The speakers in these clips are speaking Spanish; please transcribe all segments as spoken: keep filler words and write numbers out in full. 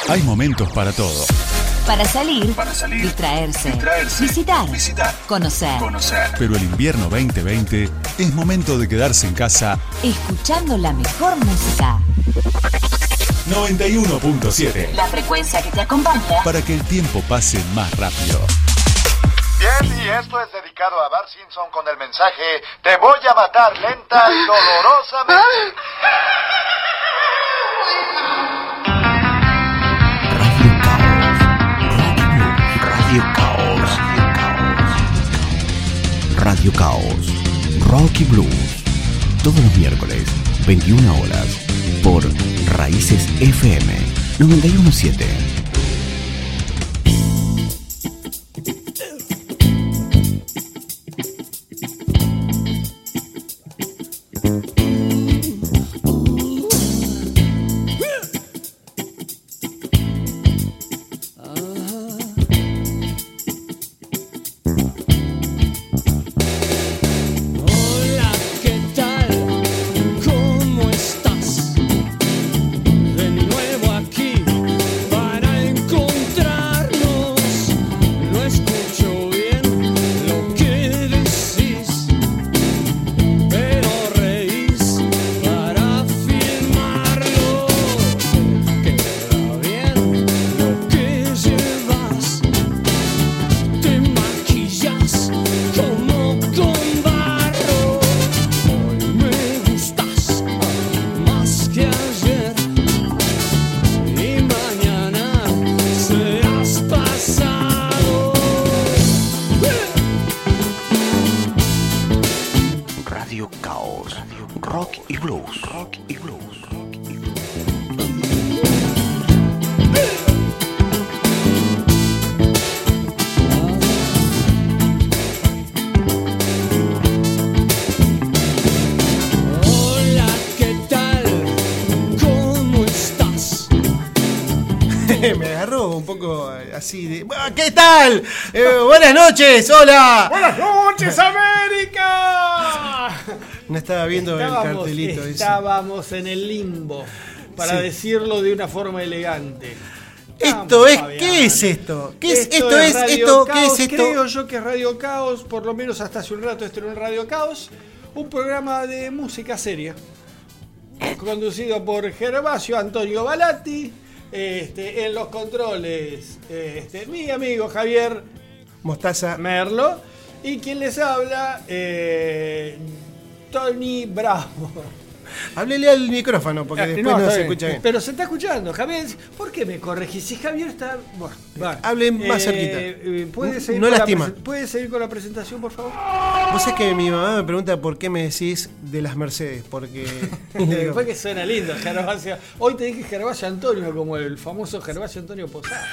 Hay momentos para todo. Para salir, Para salir, distraerse, distraerse, visitar, visitar, conocer, conocer. Pero el invierno veinte veinte es momento de quedarse en casa. escuchando la mejor música. noventa y uno punto siete. La frecuencia que te acompaña. Para que el tiempo pase más rápido. Bien, y esto es dedicado a Bart Simpson con el mensaje: te voy a matar lenta y dolorosamente. Radio Caos, Radio Caos, Rock y Blues, todos los miércoles, veintiuna horas, por Raíces F M noventa y uno punto siete. Así de, ¿qué tal? Eh, buenas noches, hola. Buenas noches, América. No estaba viendo estábamos, el cartelito. Estábamos ese. en el limbo, para sí. decirlo de una forma elegante. Esto es, Fabián. ¿Qué es esto? ¿Qué es esto? Esto es, Radio esto, Caos. ¿qué es esto? Creo yo que es Radio Caos, por lo menos hasta hace un rato esto era un Radio Caos, un programa de música seria, conducido por Gervasio Antonio Balatti. Este, en los controles, este, mi amigo Javier Mostaza Merlo, y quien les habla, eh, Tony Bravo. Háblele al micrófono porque después no, no se bien. escucha bien. Pero se está escuchando, Javier. ¿Por qué me corregís? Si Javier está. Bueno, vale. Hable más eh, cerquita. ¿puede seguir, no con lastima. la, ¿Puede seguir con la presentación, por favor? Vos sabés que mi mamá me pregunta por qué me decís de las Mercedes. Porque. Después que suena lindo, Gervasio. Hoy te dije Gervasio Antonio, como el famoso Gervasio Antonio Posadas.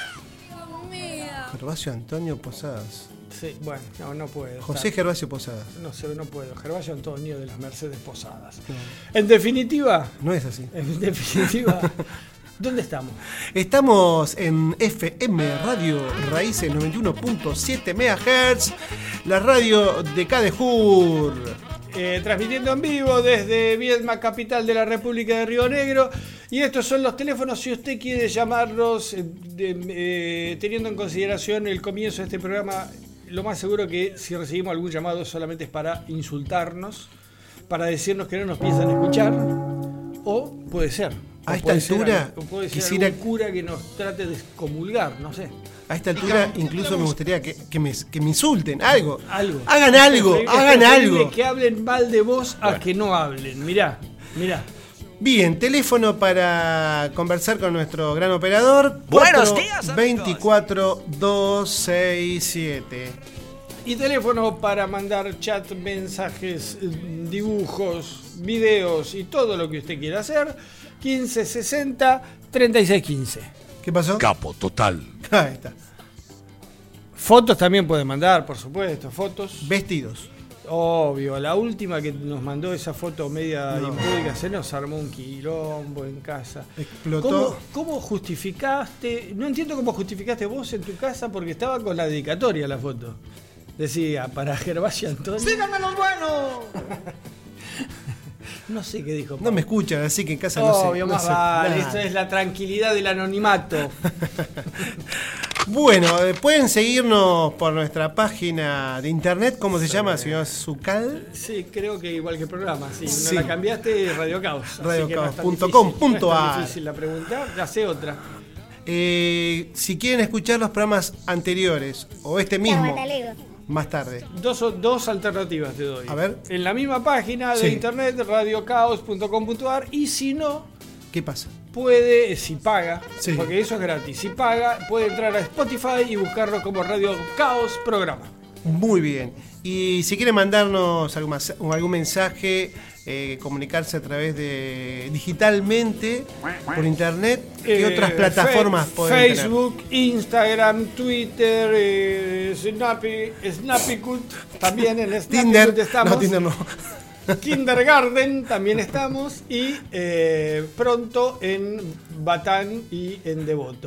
Gervasio Antonio Posadas. Sí, bueno, no, no puedo. José está. Gervasio Posadas. No sé, no puedo. Gervasio Antonio de las Mercedes Posadas. No. En definitiva. No es así. En definitiva. ¿Dónde estamos? Estamos en F M Radio Raíces noventa y uno punto siete megahertz, la radio de Cadejur. Eh, transmitiendo en vivo desde Viedma, capital de la República de Río Negro. Y estos son los teléfonos si usted quiere llamarlos, eh, de, eh, teniendo en consideración el comienzo de este programa. Lo más seguro que si recibimos algún llamado solamente es para insultarnos, para decirnos que no nos piensan escuchar, o puede ser. A esta altura, ser, puede ser quisiera algún cura que nos trate de excomulgar, no sé. A esta altura incluso me gustaría que, que, me, que me insulten, algo. Algo. Hagan algo, es hagan algo. Que hablen mal de vos a bueno. que no hablen. Mirá, mirá. Bien, teléfono para conversar con nuestro gran operador. Buenos días, veinticuatro doscientos sesenta y siete. Y teléfono para mandar chat, mensajes, dibujos, videos y todo lo que usted quiera hacer. quince sesenta treinta y seis quince. ¿Qué pasó? Capo, total. Ahí está. Fotos también puede mandar, por supuesto. Fotos. Vestidos. Obvio, la última que nos mandó esa foto media no. impúdica, se nos armó un quilombo en casa. Explotó. ¿Cómo, ¿Cómo justificaste? No entiendo cómo justificaste vos en tu casa porque estaba con la dedicatoria la foto. Decía, para Gervasio Antonio. ¡Síganme los buenos! No sé qué dijo. No me escuchan, así que en casa no sé. Obvio, no más sé vale. nada. Esto es la tranquilidad del anonimato. Bueno, eh, pueden seguirnos por nuestra página de internet. ¿Cómo se llama, señor Zucal? Sí, creo que igual que el programa. Sí, Sí. no la cambiaste, Radio Caos. radio así que no caos es tan punto difícil, com punto no es a tan r. difícil la pregunta, ya sé otra. Eh, si quieren escuchar los programas anteriores o este mismo, más tarde. Dos, dos alternativas te doy. A ver. En la misma página de Sí. internet, radio caos punto com punto a r, y si no, ¿Qué pasa? puede, si paga, Sí. porque eso es gratis, si paga, puede entrar a Spotify y buscarlo como Radio Caos Programa. Muy bien. Y si quieren mandarnos algún, mas- algún mensaje, eh, comunicarse a través de digitalmente por internet, ¿qué Eh, otras plataformas Fe- pueden tener? Facebook, Instagram, Twitter, eh, Snappy, Snappycut, también en Snappycut Tinder, estamos. no, Tinder no. Kindergarten también estamos y eh, pronto en Batán y en Devoto.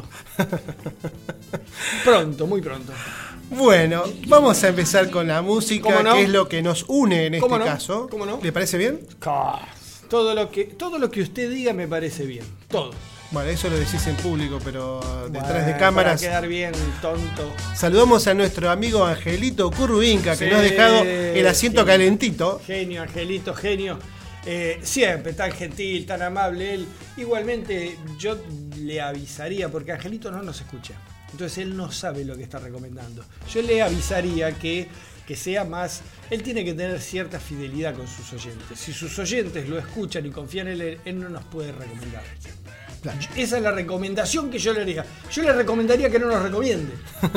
Pronto, muy pronto. Bueno, vamos a empezar con la música, ¿Cómo no? que es lo que nos une en ¿Cómo este no? caso. ¿Cómo no? ¿Le parece bien? Ca- Todo lo que todo lo que usted diga me parece bien. Todo. Bueno, eso lo decís en público, pero detrás Bueno, de cámaras. Para quedar bien, tonto. Saludamos a nuestro amigo Angelito Curruinca, que Sí, nos ha dejado el asiento sí. calentito. Genio, Angelito, genio. Eh, siempre tan gentil, tan amable él. Igualmente yo le avisaría, porque Angelito no nos escucha. Entonces él no sabe lo que está recomendando. Yo le avisaría que, que sea más... Él tiene que tener cierta fidelidad con sus oyentes. Si sus oyentes lo escuchan y confían en él, él no nos puede recomendar. Claro. Esa es la recomendación que yo le haría. Yo le recomendaría que no nos recomiende.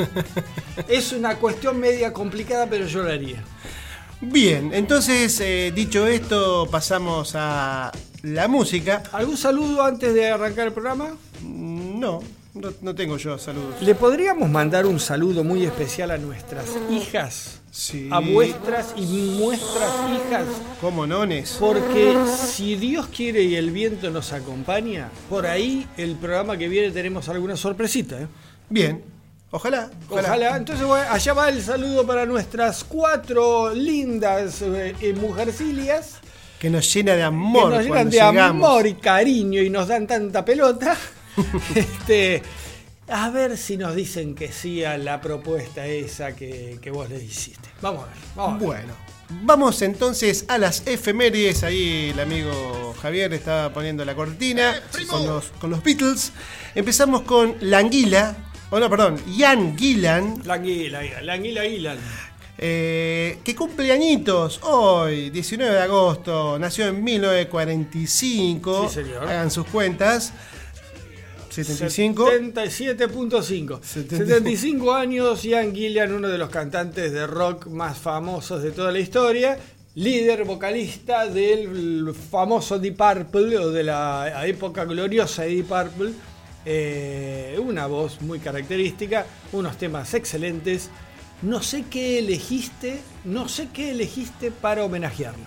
Es una cuestión media complicada, pero yo lo haría. Bien, entonces, eh, dicho esto, pasamos a la música. ¿Algún saludo antes de arrancar el programa? Mm, No, no, no tengo yo saludos. ¿Le podríamos mandar un saludo muy especial a nuestras hijas? Sí. A vuestras y nuestras hijas. ¿Cómo nones? Porque si Dios quiere y el viento nos acompaña, por ahí el programa que viene tenemos alguna sorpresita. ¿eh? Bien, ojalá, ojalá. Ojalá. Entonces, bueno, allá va el saludo para nuestras cuatro lindas eh, eh, mujercilias. Que nos llena de amor. Que nos llenan cuando de llegamos. amor y cariño y nos dan tanta pelota. este, a ver si nos dicen que sí a la propuesta esa que, que vos les hiciste. Vamos a ver. Vamos a ver. Bueno, vamos entonces a las efemérides. Ahí el amigo Javier estaba poniendo la cortina con los, con los Beatles. Empezamos con la anguila. Oh, no, perdón, Ian Gillan. La anguila, la anguila Ilan. Eh, que cumple añitos hoy, diecinueve de agosto, nació en mil novecientos cuarenta y cinco. Sí, señor. Hagan sus cuentas. setenta y cinco. setenta y siete punto cinco. setenta y cinco años, Ian Gillan, uno de los cantantes de rock más famosos de toda la historia. Líder vocalista del famoso Deep Purple, o de la época gloriosa de Deep Purple. Eh, una voz muy característica, unos temas excelentes. No sé qué elegiste, no sé qué elegiste para homenajearlo.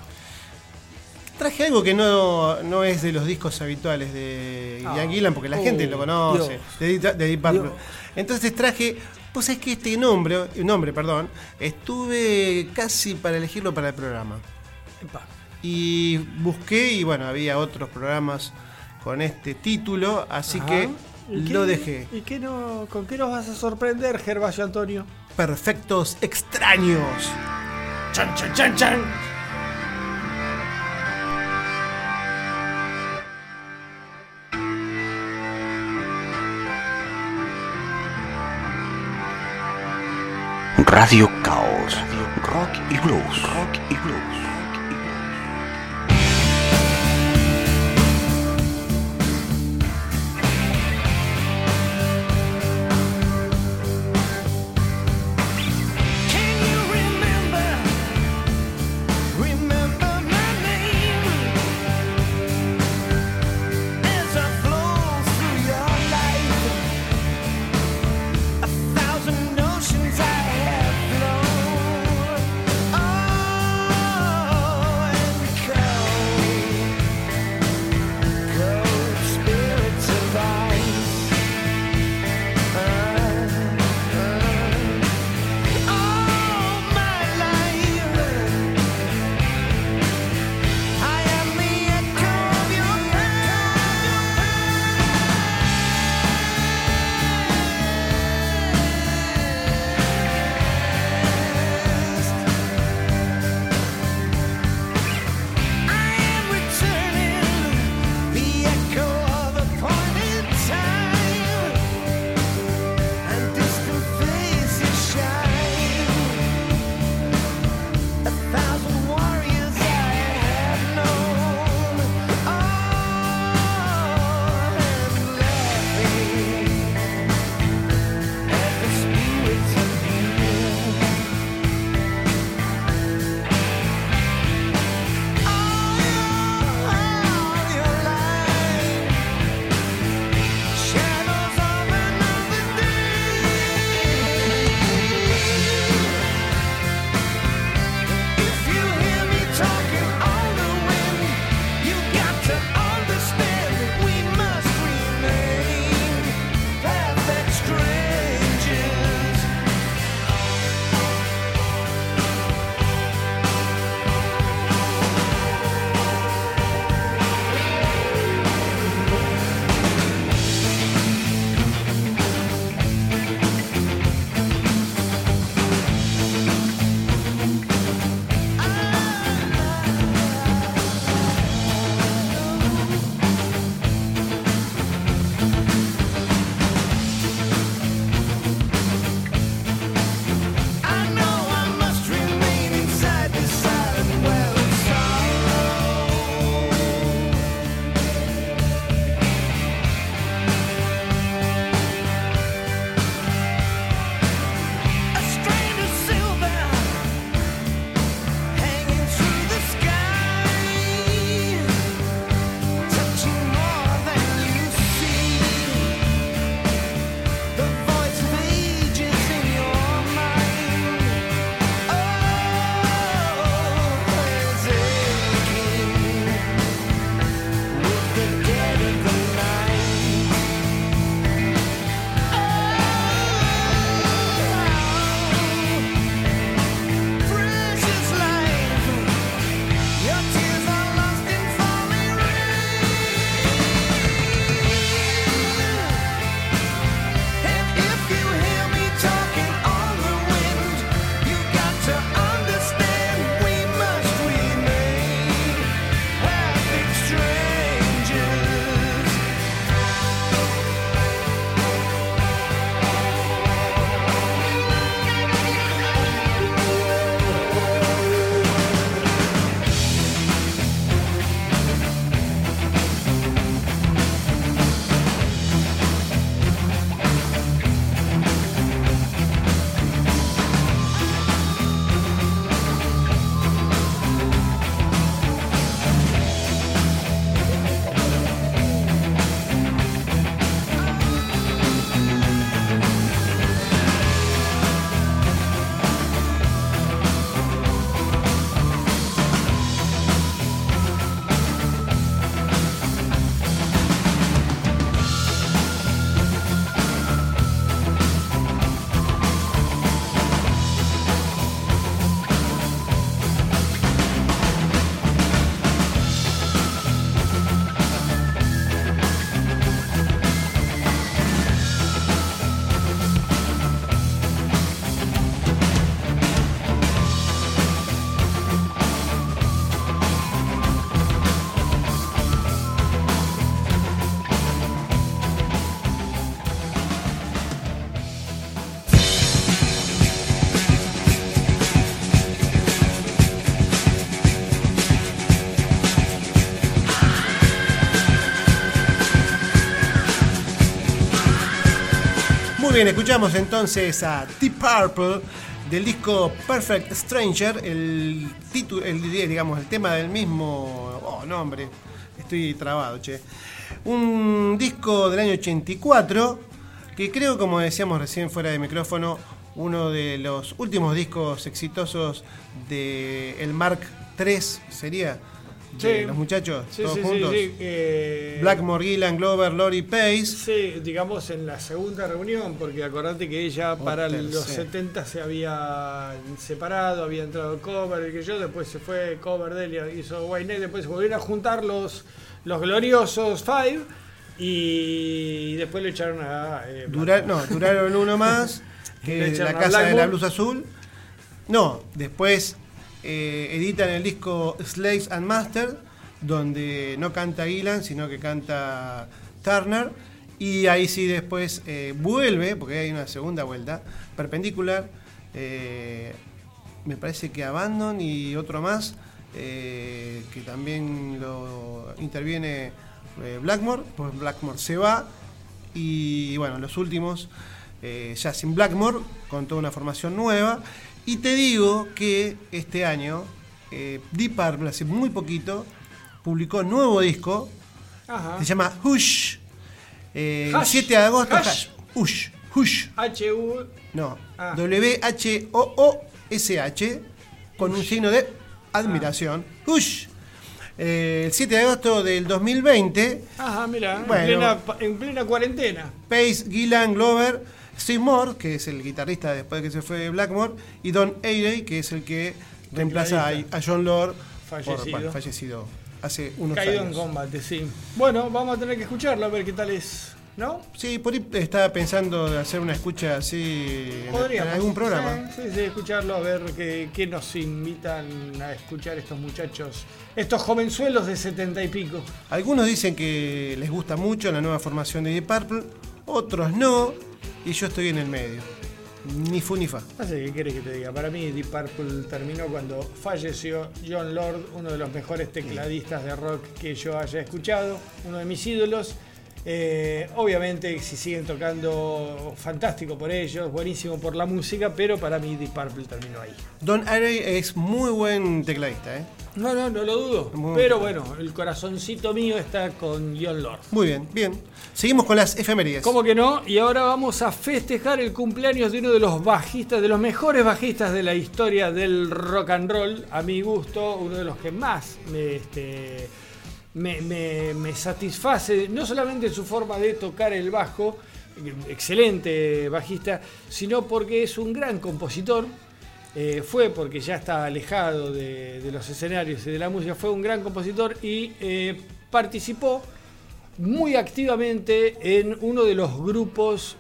Traje algo que no, no es de los discos habituales de Ah. Ian Gillan, porque la Oh, gente lo conoce, Dios. de, Deep- de Deep Purple. Dios. Entonces traje, pues es que este nombre, nombre, perdón, estuve casi para elegirlo para el programa. Epa. Y busqué y bueno, había otros programas con este título, así Ajá. que ¿Y qué- lo dejé. ¿Y qué no, con qué nos vas a sorprender, Gervasio Antonio? Perfectos extraños. ¡Chan, chan, chan, chan! Radio Caos. Rock y blues. Rock y blues. Thousand oceans I have flown. Oh, Muy bien, escuchamos entonces a Deep Purple del disco Perfect Stranger, el título, el, digamos, el tema del mismo oh, nombre. Estoy trabado, che. Un disco del año ochenta y cuatro que creo, como decíamos recién fuera de micrófono, uno de los últimos discos exitosos de el Mark tres sería. De sí, los muchachos, sí, todos sí, juntos. Sí, sí, eh, Blackmore, Gillan, Glover, Lori, Pace. Sí, digamos en la segunda reunión, porque acordate que ella oh, para tercero. Los setenta se había separado, había entrado Cover, y que yo después se fue Cover de él, hizo Wayne, después se volvieron a juntar los, los gloriosos Five y después le echaron a. Eh, Dura, no, duraron uno más, que es La Casa de la Blusa Azul. No, después. Eh, editan el disco Slaves and Masters, donde no canta Gillan, sino que canta Turner, y ahí sí después eh, vuelve, porque hay una segunda vuelta, Perpendicular, eh, me parece que Abandon y otro más, eh, que también lo interviene eh, Blackmore, pues Blackmore se va, y bueno, los últimos, eh, ya sin Blackmore, con toda una formación nueva. Y te digo que este año eh, Deep Purple, hace muy poquito, publicó nuevo disco. Ajá. Se llama Hush. Eh, el siete de agosto. Hush. Hush. Hush. H U No. Ah. W H O O S H con Hush. Un signo de admiración. Ah. Hush. Eh, el siete de agosto del dos mil veinte. Ajá, mira, bueno, en, plena, en plena cuarentena. Pace, Gillan, Glover, Steve Moore, que es el guitarrista después de que se fue Blackmore, y Don Airey, que es el que reemplaza a, a John Lord, fallecido. Por, bueno, fallecido hace unos Caído años. En combate, sí. Bueno, vamos a tener que escucharlo, a ver qué tal es, ¿no? Sí, por ahí estaba pensando de hacer una escucha así en, en algún programa. Sí, sí, sí, escucharlo, a ver qué, qué nos invitan a escuchar estos muchachos, estos jovenzuelos de setenta y pico. Algunos dicen que les gusta mucho la nueva formación de Deep Purple, otros no. Y yo estoy en el medio. Ni fu ni fa. No sé qué querés que te diga. Para mí Deep Purple terminó cuando falleció John Lord, uno de los mejores tecladistas de rock que yo haya escuchado, uno de mis ídolos. Eh, obviamente si siguen tocando, fantástico por ellos, buenísimo por la música, pero para mí Deep Purple terminó ahí. Don Airey es muy buen tecladista, ¿eh? No, no, no lo dudo. Muy pero bueno, el corazoncito mío está con John Lord. Muy bien, bien. Seguimos con las efemérides. ¿Cómo que no? Y ahora vamos a festejar el cumpleaños de uno de los bajistas, de los mejores bajistas de la historia del rock and roll, a mi gusto, uno de los que más me... Este, Me, me, me satisface, no solamente en su forma de tocar el bajo, excelente bajista, sino porque es un gran compositor. Eh, fue porque ya está alejado de, de los escenarios y de la música, fue un gran compositor y eh, participó muy activamente en uno de los grupos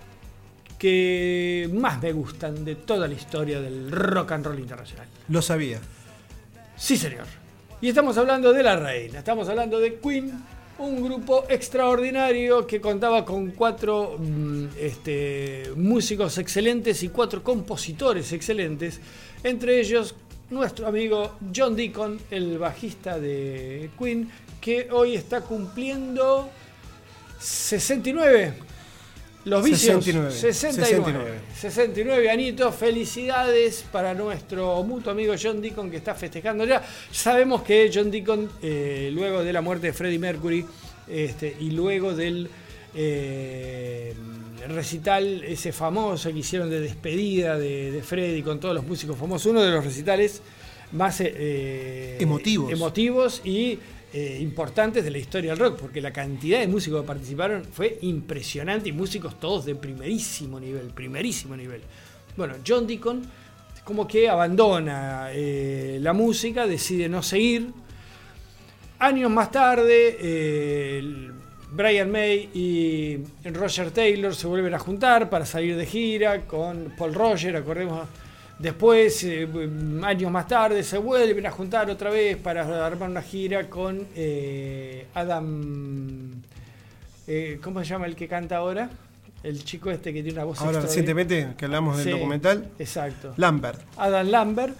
que más me gustan de toda la historia del rock and roll internacional. Lo sabía. Sí, señor. Y estamos hablando de la reina, estamos hablando de Queen, un grupo extraordinario que contaba con cuatro este, músicos excelentes y cuatro compositores excelentes, entre ellos nuestro amigo John Deacon, el bajista de Queen, que hoy está cumpliendo sesenta y nueve. Los vicios, sesenta y nueve. sesenta y nueve. sesenta y nueve añitos. Felicidades para nuestro mutuo amigo John Deacon, que está festejando ya. Sabemos que John Deacon, eh, luego de la muerte de Freddie Mercury este, y luego del eh, recital ese famoso que hicieron de despedida de, de Freddie con todos los músicos famosos, uno de los recitales más eh, emotivos. emotivos y Eh, importantes de la historia del rock, porque la cantidad de músicos que participaron fue impresionante y músicos todos de primerísimo nivel, primerísimo nivel. Bueno, John Deacon como que abandona eh, la música, decide no seguir. Años más tarde, eh, Brian May y Roger Taylor se vuelven a juntar para salir de gira con Paul Roger, acordemos. Después, eh, años más tarde, se vuelven a juntar otra vez para armar una gira con eh, Adam... Eh, ¿Cómo se llama el que canta ahora? El chico este que tiene una voz ahora recientemente, que hablamos del sí, documental. Exacto. Lambert. Adam Lambert.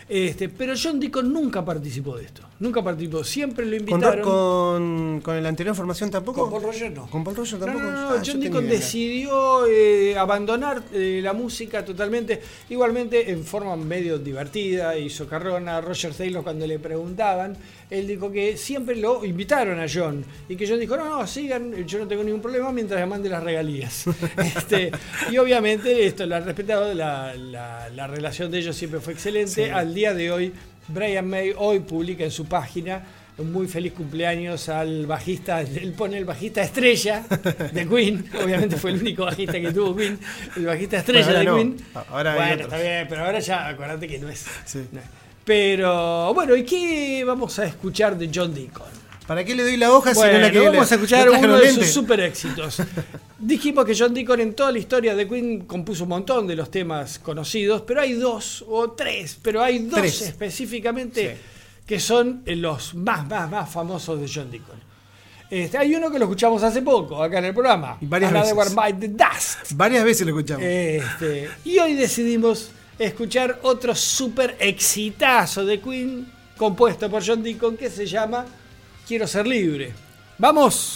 Este, pero John Deacon nunca participó de esto. Nunca participó. Siempre lo invitaron. ¿Con, con, con la anterior formación tampoco? Con Paul Roger no. ¿Con Paul Roger tampoco? No, no, no. Ah, John yo Deacon tenía- decidió eh, abandonar eh, la música totalmente. Igualmente en forma medio divertida y socarrona. A Roger Taylor, cuando le preguntaban, él dijo que siempre lo invitaron a John. Y que John dijo, no, no, sigan, yo no tengo ningún problema mientras me mande las regalías. este, y obviamente esto lo ha respetado. La, la, la relación de ellos siempre fue excelente. Sí. Al día de hoy, Brian May hoy publica en su página un muy feliz cumpleaños al bajista, él pone el bajista estrella de Queen, obviamente fue el único bajista que tuvo Queen, el bajista estrella Bueno, de ahora Queen. no. Ahora hay bueno, otros. está bien, pero ahora ya acuérdate que no es. Sí. no es. Pero bueno, ¿y qué vamos a escuchar de John Deacon? ¿Para qué le doy la hoja Bueno, si no la que vamos le- a escuchar le traje uno los de sus lentes? super éxitos. Dijimos que John Deacon en toda la historia de Queen compuso un montón de los temas conocidos, pero hay dos o tres, pero hay dos Tres. específicamente Sí. que son los más, más, más famosos de John Deacon. Este, hay uno que lo escuchamos hace poco, acá en el programa. Y varias Another veces. One Bite the Dust. Varias veces lo escuchamos. Este, y hoy decidimos escuchar otro super exitazo de Queen compuesto por John Deacon que se llama Quiero ser libre. ¡Vamos!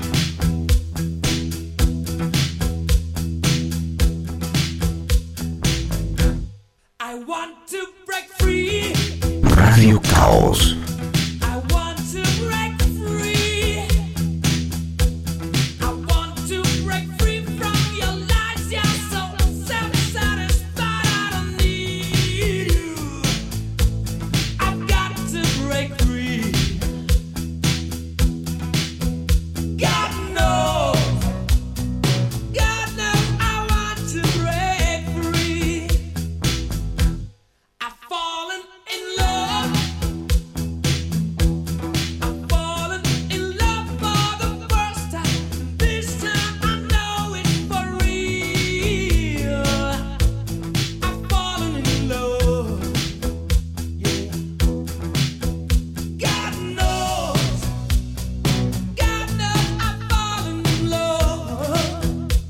I want to break free. Radio Caos. I want to break free. I want to break free from your lies. You're so self-satisfied. I don't need you. I've got to break free. God knows. God knows I want to break free. I've fallen in love. I've fallen in love for the first time. This time I know it's for real. I've fallen in love. Yeah. God knows. God knows I've fallen in love.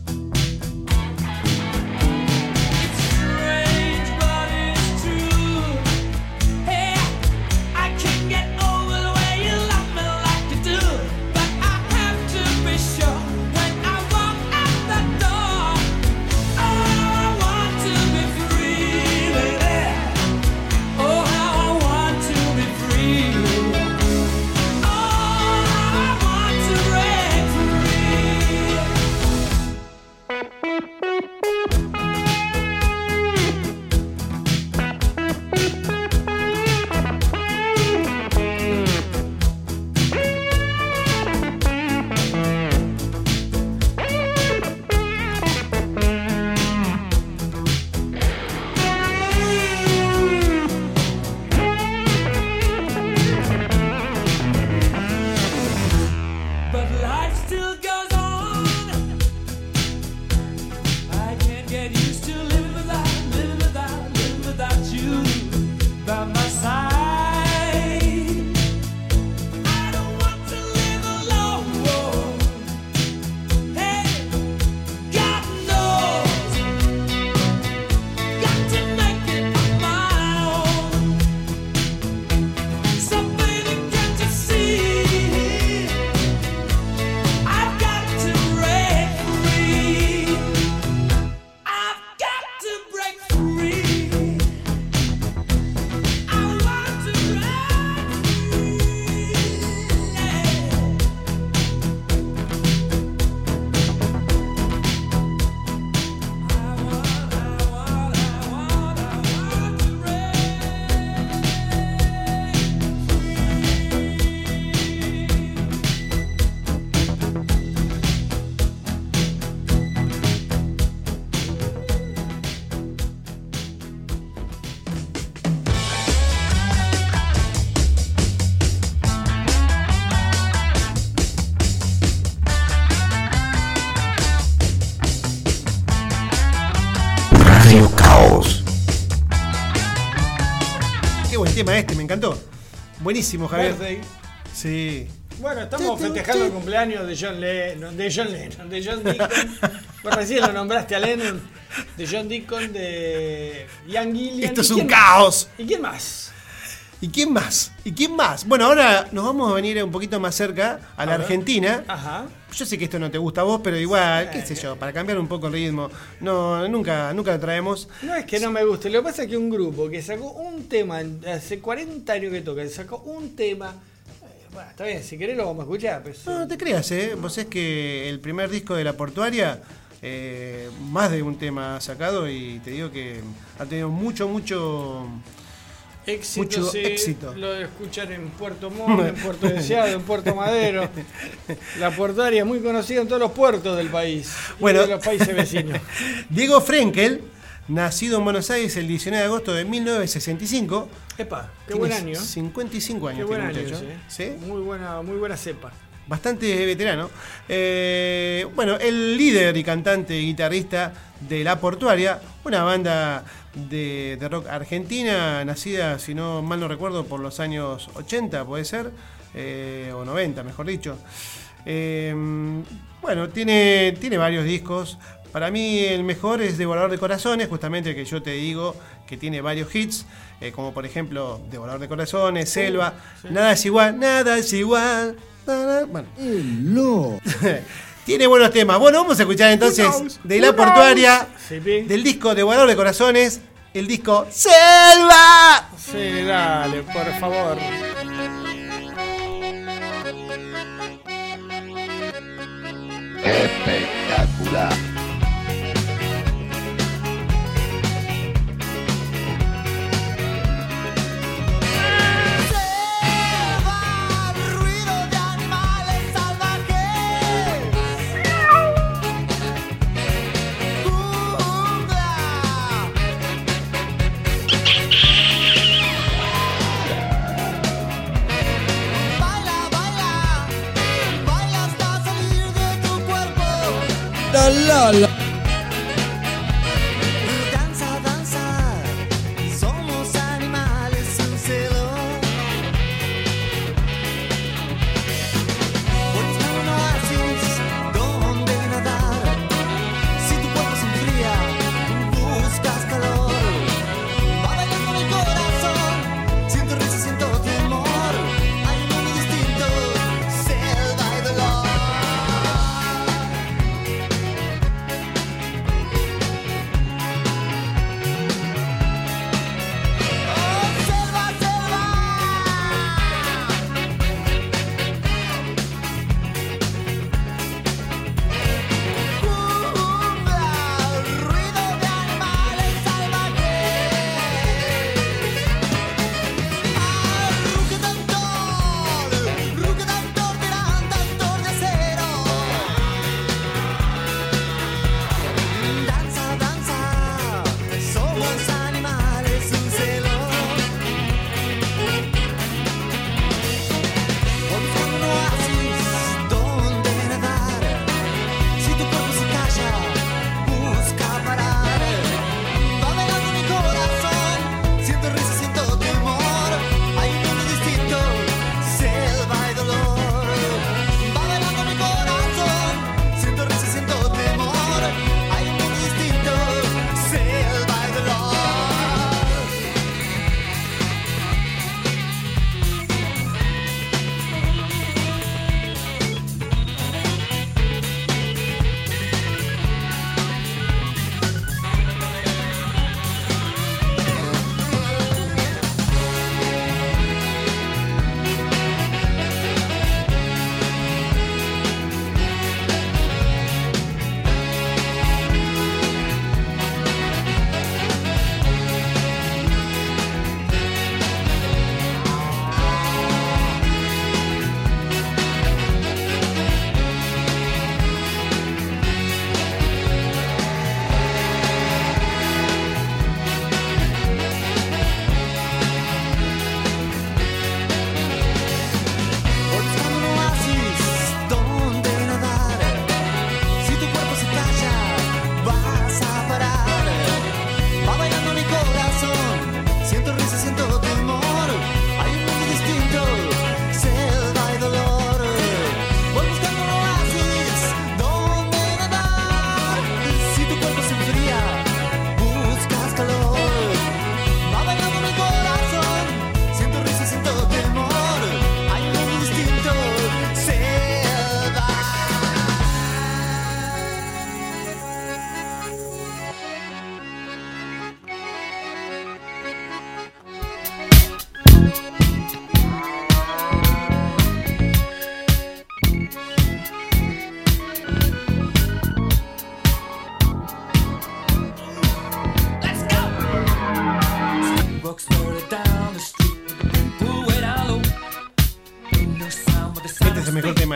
It's strange, but it's true. Hey, I can't get over the way you love me like you do. But I have to be sure when I walk out the door. Oh, I want to be free, baby. Oh, how I want to be free. Oh, I want to break free. But life still goes on. I can't get used to living without, living without, living without you by my side. I don't want to live alone. Hey, God knows. Got to make it on my own. So baby, can't you see? I've got to break free. I've got to break free. I want to break free. I want, I want, I want, I want to break Radio Caos. Qué buen tema este, me encantó. Buenísimo, Javier. Birthday. Sí. Bueno, estamos festejando el cumpleaños de John Lennon, de John Lennon, de John Deacon. Vos recién lo nombraste a Lennon. de John Deacon, de Ian Gillian. Esto ¿Y es un quién caos. más? ¿Y quién más? ¿Y quién más? ¿Y quién más? Bueno, ahora nos vamos a venir un poquito más cerca a la A ver. Argentina. Ajá. Yo sé que esto no te gusta a vos, pero igual, qué sé yo, para cambiar un poco el ritmo. No, nunca, nunca lo traemos. No es que no me guste, lo que pasa es que un grupo que sacó un tema, hace cuarenta años que toca, sacó un tema. eh, Bueno, está bien, si querés lo vamos a escuchar. Pues, No, no te creas, ¿eh? Vos es que el primer disco de La Portuaria, eh, más de un tema ha sacado y te digo que ha tenido mucho, mucho... éxito, mucho sí, éxito. Lo de escuchar en Puerto Montt, en Puerto Deseado, en Puerto Madero. La portuaria es muy conocida en todos los puertos del país. Y Bueno. de los países vecinos. Diego Frenkel, nacido en Buenos Aires el diecinueve de agosto de mil novecientos sesenta y cinco. Epa, qué Tiene buen año. cincuenta y cinco Qué años buen tiene año el muchacho. ese, ¿eh? ¿Sí? Muy buena, muy buena cepa. Bastante veterano. Eh, bueno, el líder y cantante y guitarrista de La Portuaria, una banda de, de rock argentina, nacida, si no mal no recuerdo, por los años ochenta, puede ser, eh, o noventa, mejor dicho. Eh, bueno, tiene, tiene varios discos. Para mí el mejor es Devorador de Corazones, justamente que yo te digo que tiene varios hits, eh, como por ejemplo Devorador de Corazones, Selva, sí. Nada es igual, nada es igual. Nada, bueno. Tiene buenos temas. Bueno, vamos a escuchar entonces Who knows? de La Who Portuaria, Sí, pi. del disco Devorador de Corazones, el disco Selva. Sí, dale, por favor. Espectacular. Ruido de animales salvajes. Jungla. Baila, baila, baila hasta salir de tu cuerpo. Danza, danza, somos animales sin celo. Busca un oasis donde nadar. Si tu cuerpo se enfría, buscas calor. Va bailando mi corazón, siento risa, siento temor. Hay un mundo distinto, selva y dolor.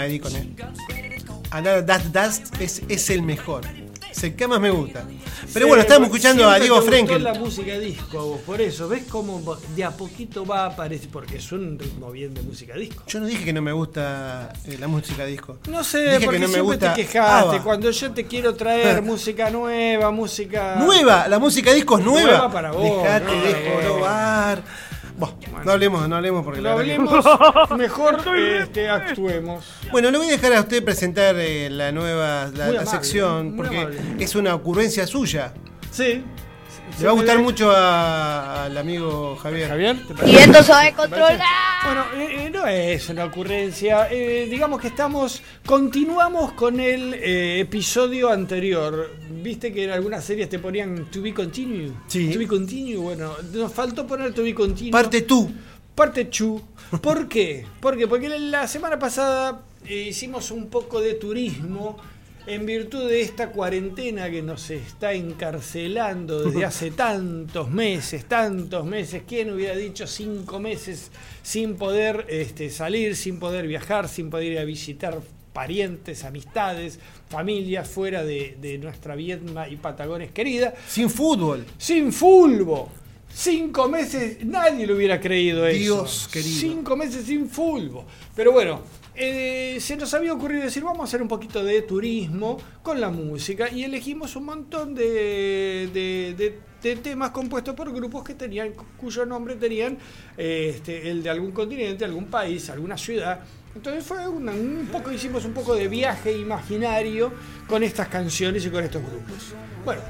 ahí con él. Another Dust Dust es, es el mejor. Es el que más me gusta. Pero Sí, bueno, estábamos escuchando a siempre Diego te gustó Frenkel. la música disco, vos, por eso, ¿ves cómo de a poquito va a aparecer? Porque es un ritmo bien de música disco. Yo no dije que no me gusta eh, la música disco. No sé, Dije porque que no me siempre gusta te quejaste. ABBA. Cuando yo te quiero traer música nueva, música... Nueva, la música disco es nueva. Nueva para vos, Dejate nueva de para vos. jorobar. Bueno, no hablemos, no hablemos porque Lo la verdad que- hablemos, mejor este, actuemos. Bueno, le voy a dejar a usted presentar eh, la nueva la, Muy la amable, sección muy porque amable. es una ocurrencia suya. Sí. Le va a gustar mucho a- al amigo Javier. Javier, ¿te Y parece? esto sabe controlar. Bueno, eh, eh, no es una ocurrencia. Eh, digamos que estamos, continuamos con el eh, episodio anterior. Viste que en algunas series te ponían to be continue. Sí. To be continue. Bueno, nos faltó poner to be continue. Parte tú. Parte two. ¿Por qué? ¿Por qué? Porque la semana pasada eh, hicimos un poco de turismo en virtud de esta cuarentena que nos está encarcelando desde hace tantos meses, tantos meses. ¿Quién hubiera dicho cinco meses sin poder este, salir, sin poder viajar, sin poder ir a visitar parientes, amistades, familias fuera de, de nuestra Viedma y Patagones querida? Sin fútbol. Sin fulbo. Cinco meses, nadie lo hubiera creído eso. Dios querido. Cinco meses sin fulbo. Pero bueno, eh, se nos había ocurrido decir, vamos a hacer un poquito de turismo con la música y elegimos un montón de, de, de- de temas compuestos por grupos que tenían, cuyo nombre tenían eh, este, el de algún continente, algún país, alguna ciudad. Entonces fue una- un poco, hicimos un poco de viaje imaginario con estas canciones y con estos grupos. Bueno.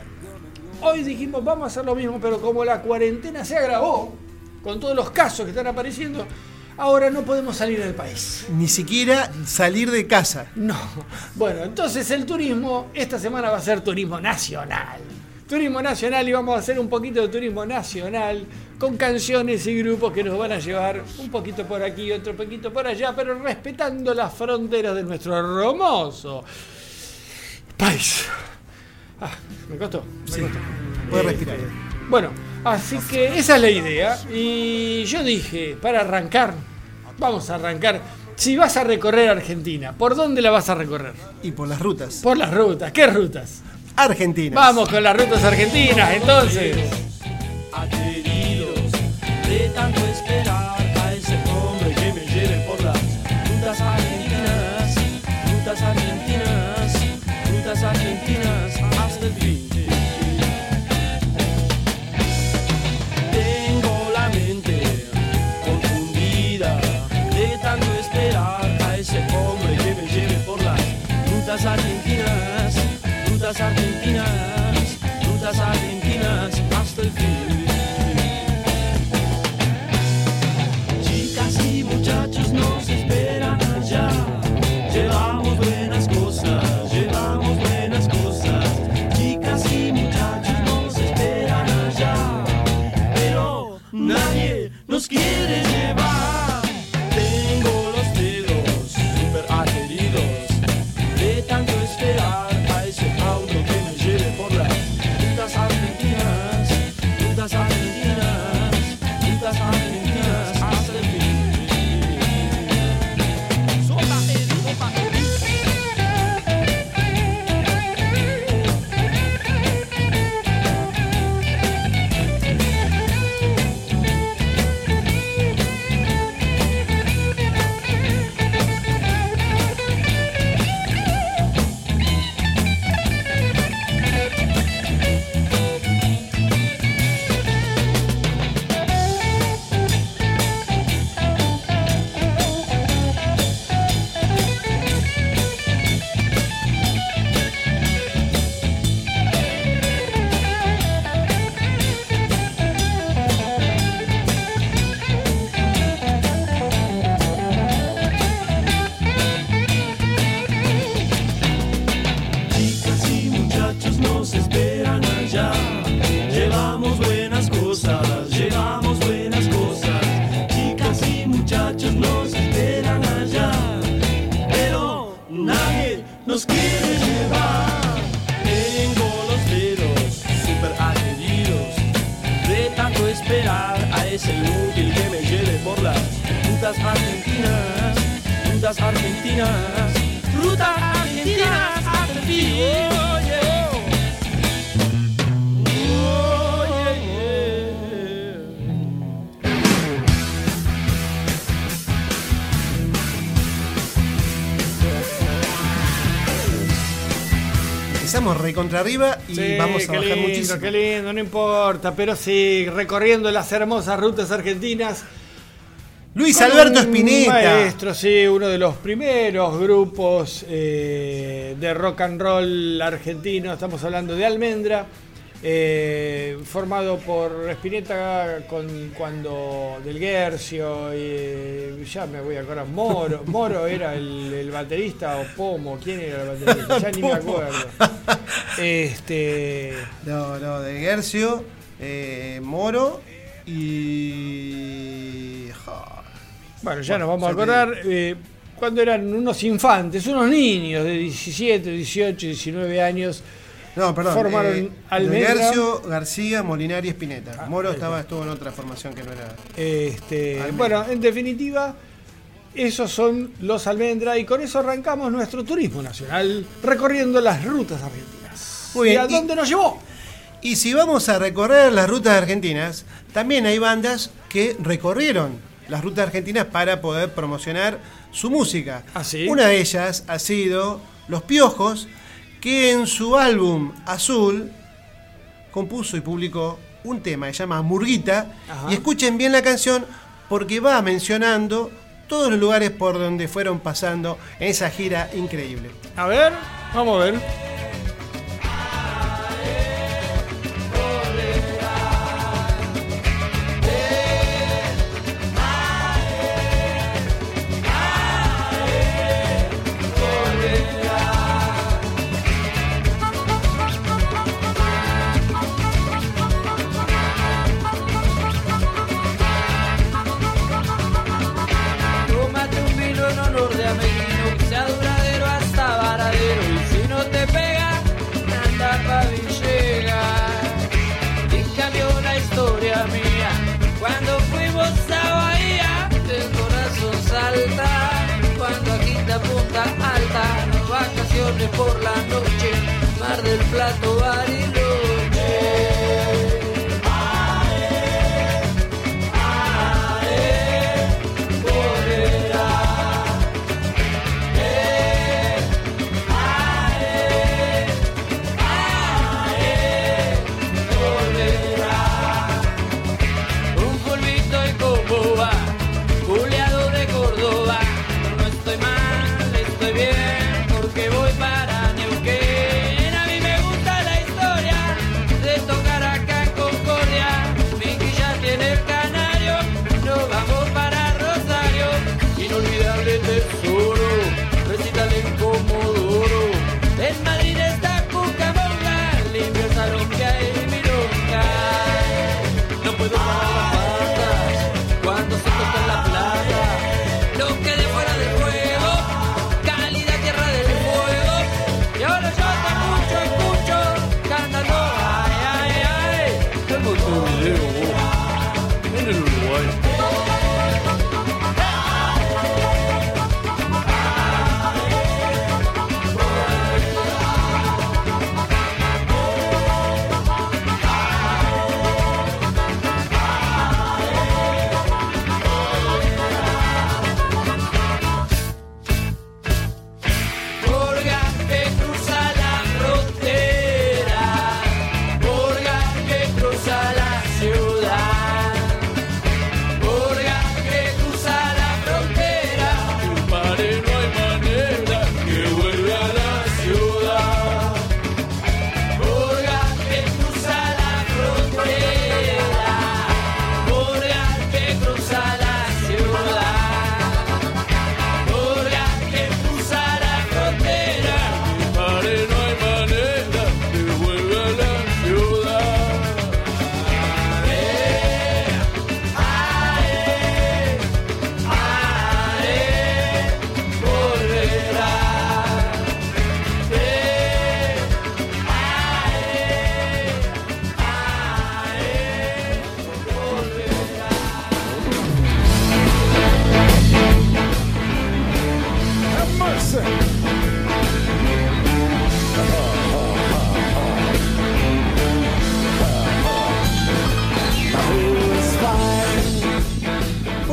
Hoy dijimos, vamos a hacer lo mismo, pero como la cuarentena se agravó, con todos los casos que están apareciendo, ahora no podemos salir del país. Ni siquiera salir de casa. No. Bueno, entonces el turismo, esta semana va a ser turismo nacional. Turismo nacional y vamos a hacer un poquito de turismo nacional con canciones y grupos que nos van a llevar un poquito por aquí, otro poquito por allá, pero respetando las fronteras de nuestro hermoso país. Ah, me costó, me Sí, costó. puede Eh, respirar. Bueno, así que esa es la idea. Y yo dije, para arrancar, vamos a arrancar. Si vas a recorrer Argentina, ¿por dónde la vas a recorrer? Y por las rutas. Por las rutas. ¿Qué rutas? Argentina. Vamos con las rutas argentinas, entonces. Adheridos de tanto esperar a ese hombre que me lleve por las rutas argentinas, rutas argentinas, rutas argentinas hasta el fin. Tengo la mente confundida de tanto esperar a ese hombre que me lleve por las rutas argentinas, rutas argentinas, rutas argentinas hasta el fin. Chicas y muchachos nos esperan allá. Llevamos buenas cosas, llevamos buenas cosas. Chicas y muchachos nos esperan allá. Pero nadie nos quiere llevar. Tengo los dedos super adheridos de tanto esperar a ese auto que me lleve por rutas argentinas, rutas argentinas hasta el fin. Oh, yeah. Oh, yeah, yeah. Empezamos recontra arriba y Sí, vamos a qué bajar lindo, muchísimo. qué lindo, no importa, pero sí, recorriendo las hermosas rutas argentinas. Luis Con Alberto un Spinetta. Maestro, sí, uno de los primeros grupos eh, de rock and roll argentino. Estamos hablando de Almendra, eh, formado por Spinetta con cuando Del Guercio, y eh, ya me voy a acordar, Moro, Moro era el, el baterista, o Pomo, ¿quién era el baterista? Ya ni me acuerdo. Este, No, no, de Guercio, eh, Moro y. Ja. bueno, ya Bueno, nos vamos a ya te acordar. Eh, cuando eran unos infantes, unos niños de diecisiete, dieciocho, diecinueve años. No, perdón. Formaron eh, Almendra. de Guercio, García, Molinari y Spinetta. Ah, Moro ahí estaba, está. estuvo en otra formación que no era. Este, Almendra. bueno, en definitiva, esos son los Almendra y con eso arrancamos nuestro turismo nacional recorriendo las rutas argentinas. Muy ¿Y bien, a y- dónde nos llevó? Y si vamos a recorrer las rutas argentinas, también hay bandas que recorrieron las rutas argentinas para poder promocionar su música. ¿Ah, sí? Una de ellas ha sido Los Piojos, que en su álbum Azul compuso y publicó un tema que se llama Murguita. Ajá. Y escuchen bien la canción porque va mencionando todos los lugares por donde fueron pasando en esa gira increíble. A ver, vamos a ver. Tómate un vino en honor de Ameguino, que sea duradero hasta Varadero. Y si no te pega, anda pa' Villegas. Y cambió la historia mía cuando fuimos a Bahía. El corazón salta cuando aquí te Punta Alta. Vacaciones por la noche, Mar del Plata, Bariloche. Un polvito de Córdoba, culeado de Córdoba. No estoy mal, estoy bien, porque voy para Neuquén. A mí me gusta la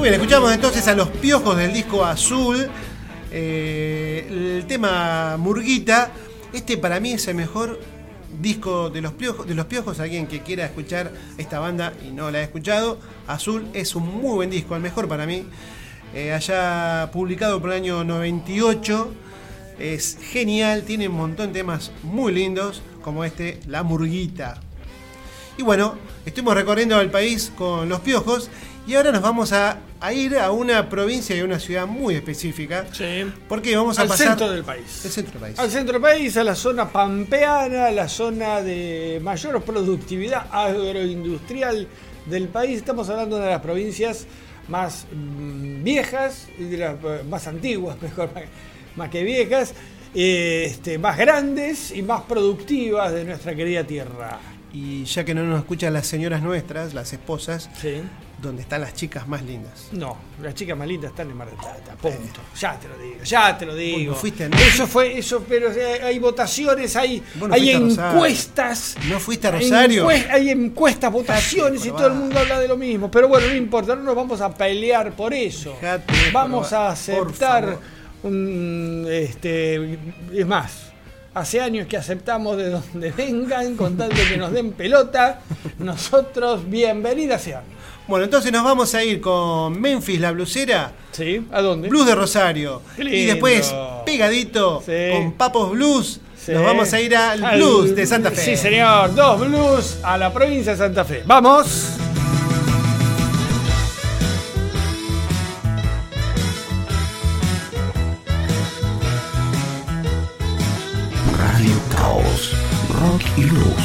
bien, escuchamos entonces a Los Piojos del disco Azul. Eh, el tema Murguita. Este para mí es el mejor disco de Los Piojos. De Los Piojos, alguien que quiera escuchar esta banda y no la ha escuchado, Azul es un muy buen disco, el mejor para mí. Eh, allá publicado por el año noventa y ocho. Es genial, tiene un montón de temas muy lindos, como este, La Murguita. Y bueno, estuvimos recorriendo el país con Los Piojos y ahora nos vamos a, a ir a una provincia y a una ciudad muy específica. Sí. Porque vamos a al pasar centro del país. El centro del país. Al centro del país, a la zona pampeana, la zona de mayor productividad agroindustrial del país. Estamos hablando de una de las provincias más mmm, viejas y de las más antiguas, mejor, más que viejas, eh, este, más grandes y más productivas de nuestra querida tierra. Y ya que no nos escuchan las señoras nuestras, las esposas, sí. ¿Dónde están las chicas más lindas? No, las chicas más lindas están en Mar del Plata, punto. Eh. Ya te lo digo, ya te lo digo. ¿No fuiste a eso fue, eso, pero hay votaciones, hay, no hay encuestas. ¿No fuiste a Rosario? Hay, encuest, hay encuestas, votaciones Dejate y todo el mundo habla de lo mismo. Pero bueno, no importa, no nos vamos a pelear por eso. Dejate vamos probar, a aceptar un, este, es más. Hace años que aceptamos de donde vengan, con tal de que nos den pelota. Nosotros, bienvenidas sean. Bueno, entonces nos vamos a ir con Memphis, la blusera. Sí, ¿a dónde? Blues de Rosario. Y después, pegadito, sí. con Papos Blues, sí. nos vamos a ir al, al Blues de Santa Fe. Sí, señor, dos blues a la provincia de Santa Fe. ¡Vamos! Radio Caos, Rock y Blues.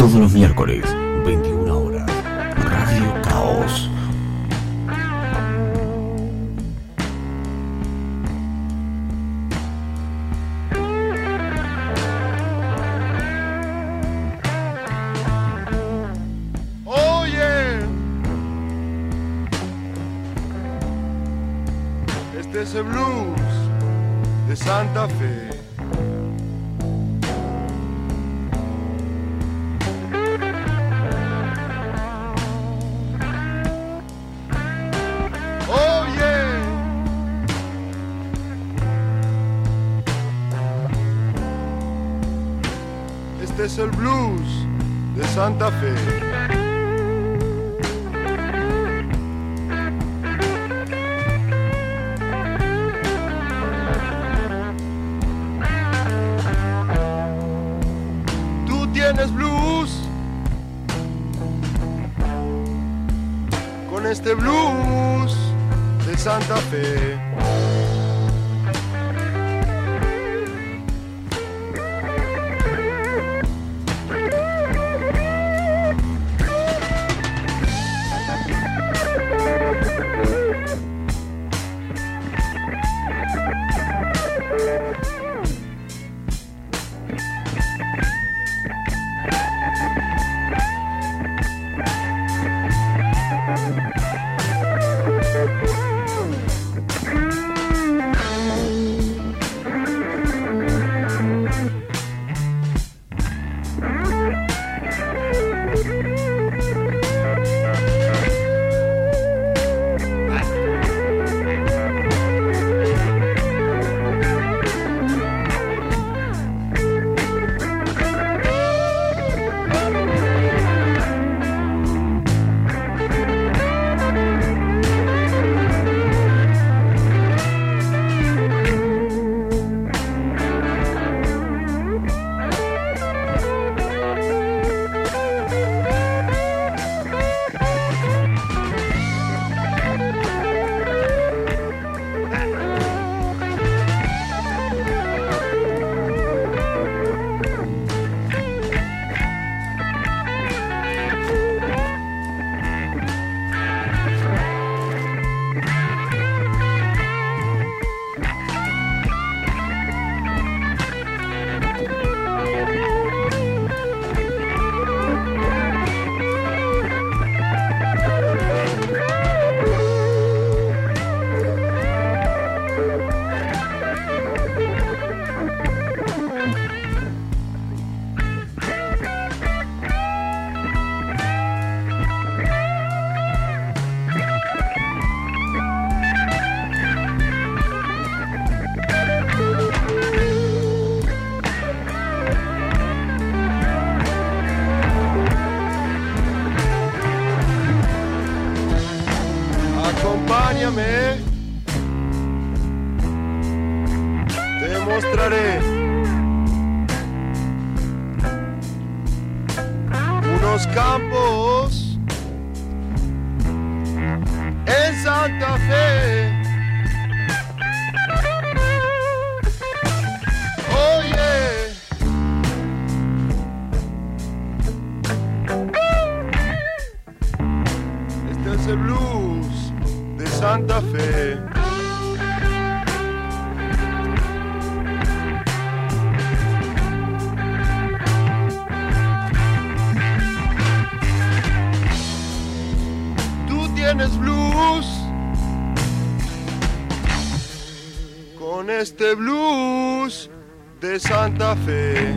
Todos los miércoles, veintiuna horas. Radio Caos. Oye, este es el blues de Santa Fe. Este es el blues de Santa Fe. Tú tienes blues con este blues de Santa Fe. Acompáñame, te mostraré unos campos en Santa Fe. Oye, este es el blues de Santa Fe. Tú tienes blues con este blues de Santa Fe.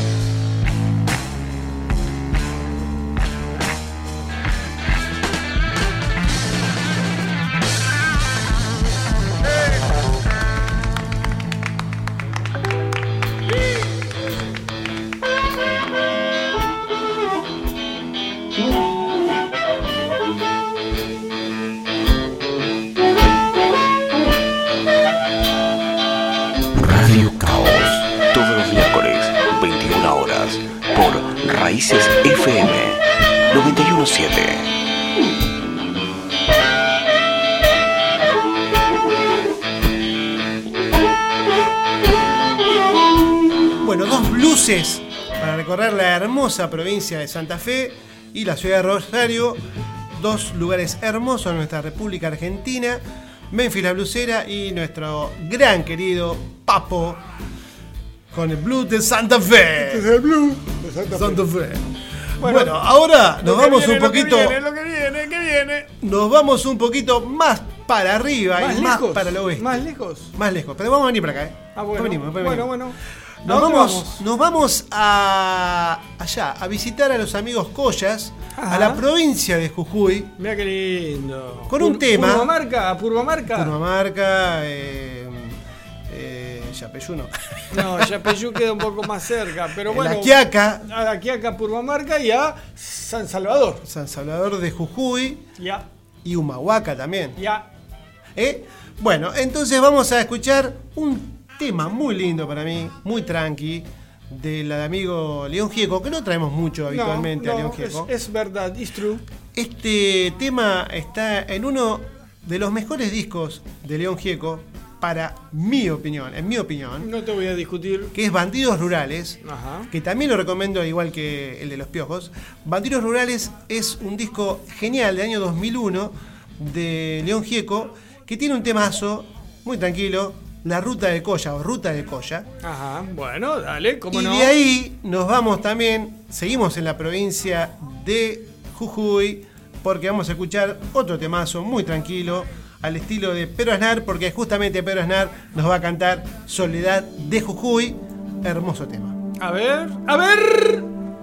Raíces F M noventa y uno punto siete. Bueno, dos blueses para recorrer la hermosa provincia de Santa Fe y la ciudad de Rosario, dos lugares hermosos en nuestra República Argentina, Memphis la Blusera y nuestro gran querido Papo con el blues de Santa Fe. Este es el blues de Santa Fe. Santa Fe. Bueno, Bueno, ahora nos Lo que vamos viene, un poquito, Lo que viene, lo que viene, ¿qué viene? nos vamos un poquito más para arriba ¿Más y más lejos? para el oeste. ¿Más lejos? Más lejos, pero vamos a venir para acá, ¿eh? Ah, bueno. Después venimos, después bueno, venimos. bueno. ¿A Nos dónde vamos, nos vamos a allá, a visitar a los amigos Collas, Ajá. a la provincia de Jujuy, Mira qué lindo. Con un tema. Purmamarca, Purmamarca. Purmamarca, eh, eh, Yapeyú no. No, Yapeyú queda un poco más cerca, pero bueno. La Quiaca, A la Quiaca, Purmamarca y a San Salvador. San Salvador de Jujuy Ya, y Humahuaca también. ya. ¿Eh? Bueno, entonces vamos a escuchar un tema muy lindo para mí, muy tranqui, del amigo León Gieco, que no traemos mucho habitualmente no, a León no, Gieco. es, es verdad, it's true. Este tema está en uno de los mejores discos de León Gieco, para mi opinión, en mi opinión, No te voy a discutir. que es Bandidos Rurales, Ajá. que también lo recomiendo igual que el de Los Piojos. Bandidos Rurales es un disco genial del año dos mil uno de León Gieco, que tiene un temazo muy tranquilo, La Ruta de Colla o Ruta de Colla. Ajá, bueno, dale, cómo Y no. de ahí nos vamos también, seguimos en la provincia de Jujuy, porque vamos a escuchar otro temazo muy tranquilo, al estilo de Pedro Aznar, porque justamente Pedro Aznar nos va a cantar Soledad de Jujuy, hermoso tema. A ver, a ver.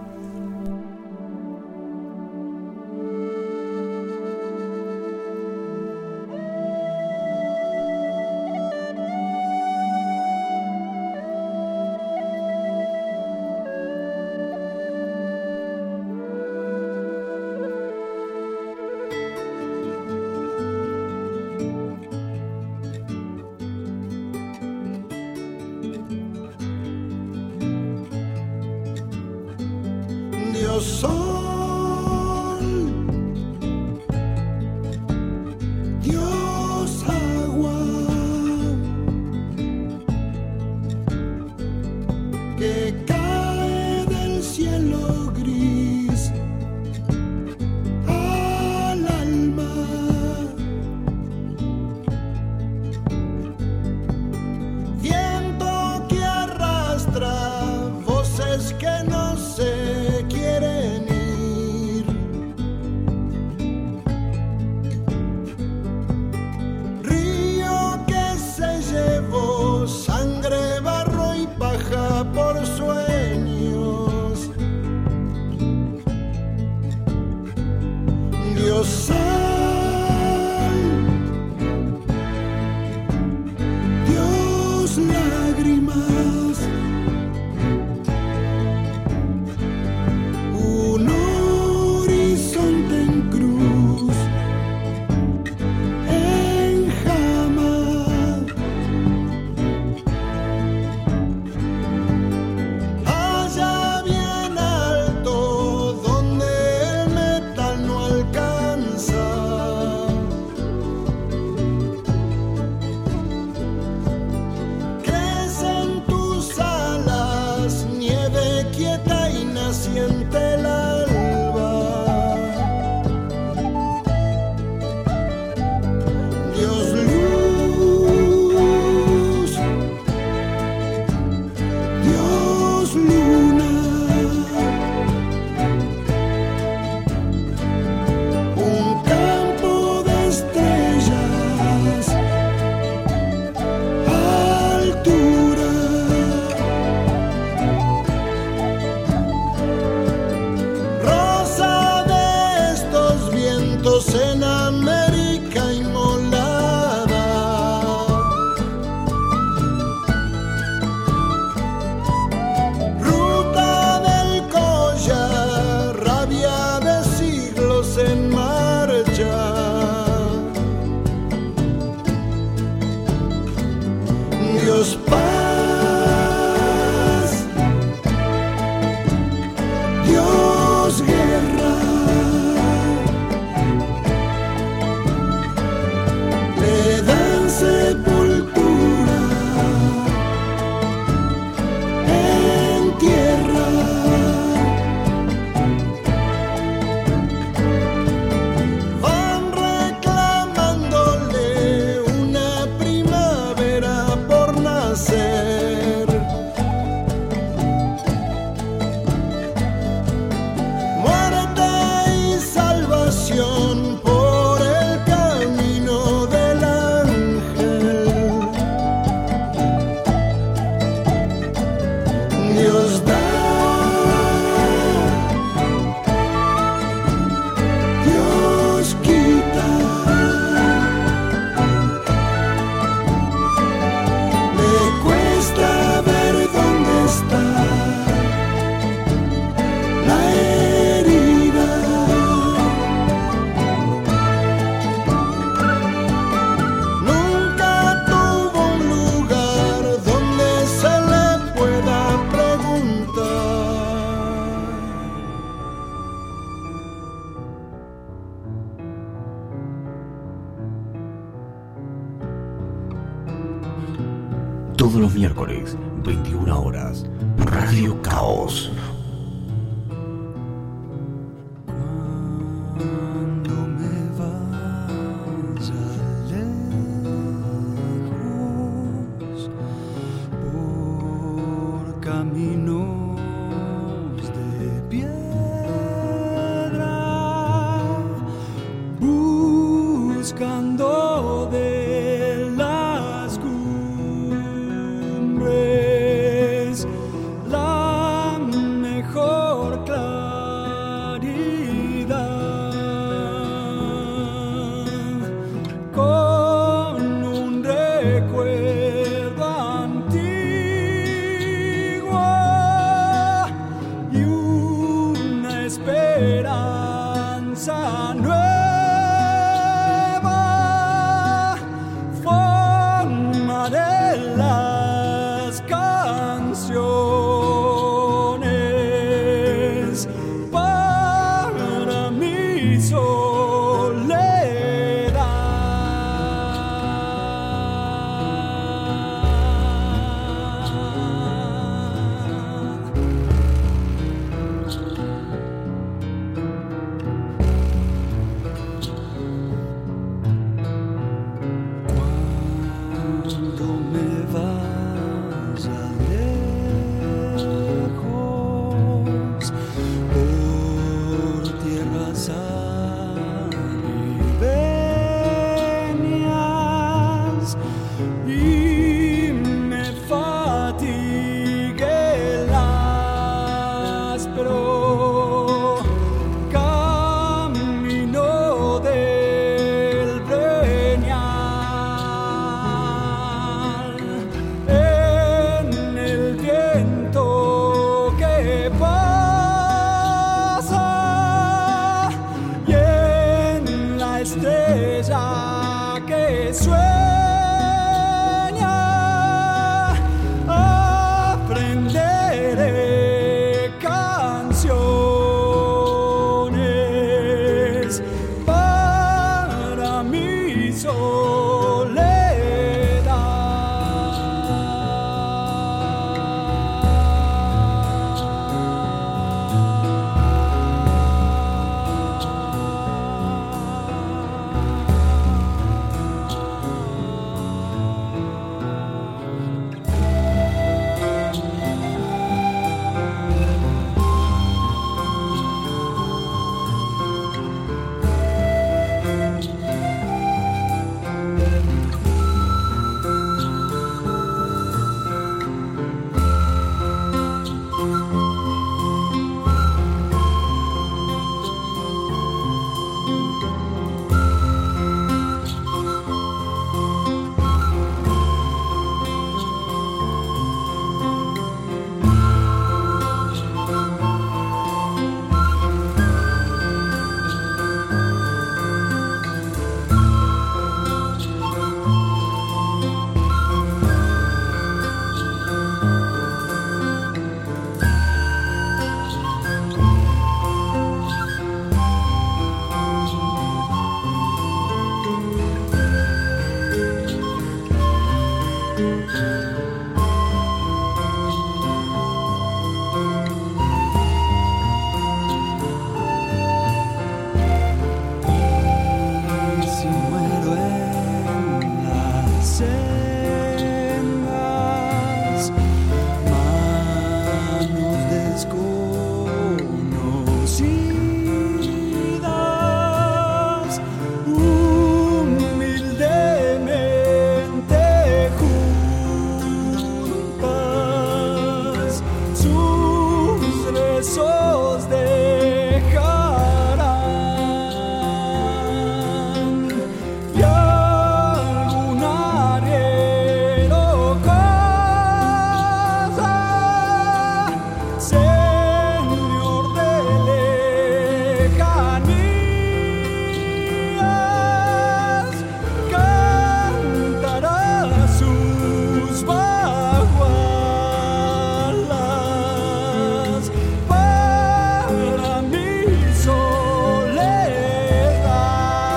Dios sol, Dios agua, que cae del cielo gris al alma. Viento que arrastra voces que no se quieren ir. Río que se llevó sangre, barro y paja por sueños. Dios sal, Dios lágrimas. Un horizonte en cruz, en jama, allá bien alto donde el metal no alcanza. Crecen tus Todos los miércoles, veintiuna horas, Radio Caos. Cuando me vaya lejos por caminos de piedra, buscando de las cumbres la mejor claridad, con un recuerdo antiguo y una esperanza nueva, formaré las canciones para mi soledad. Cuando me vaya lejos por tierras aribeñas y me fatigue el áspero camino del Breñal, en el viento que pasa y en la estrella que sueña, aprenderé canciones para mi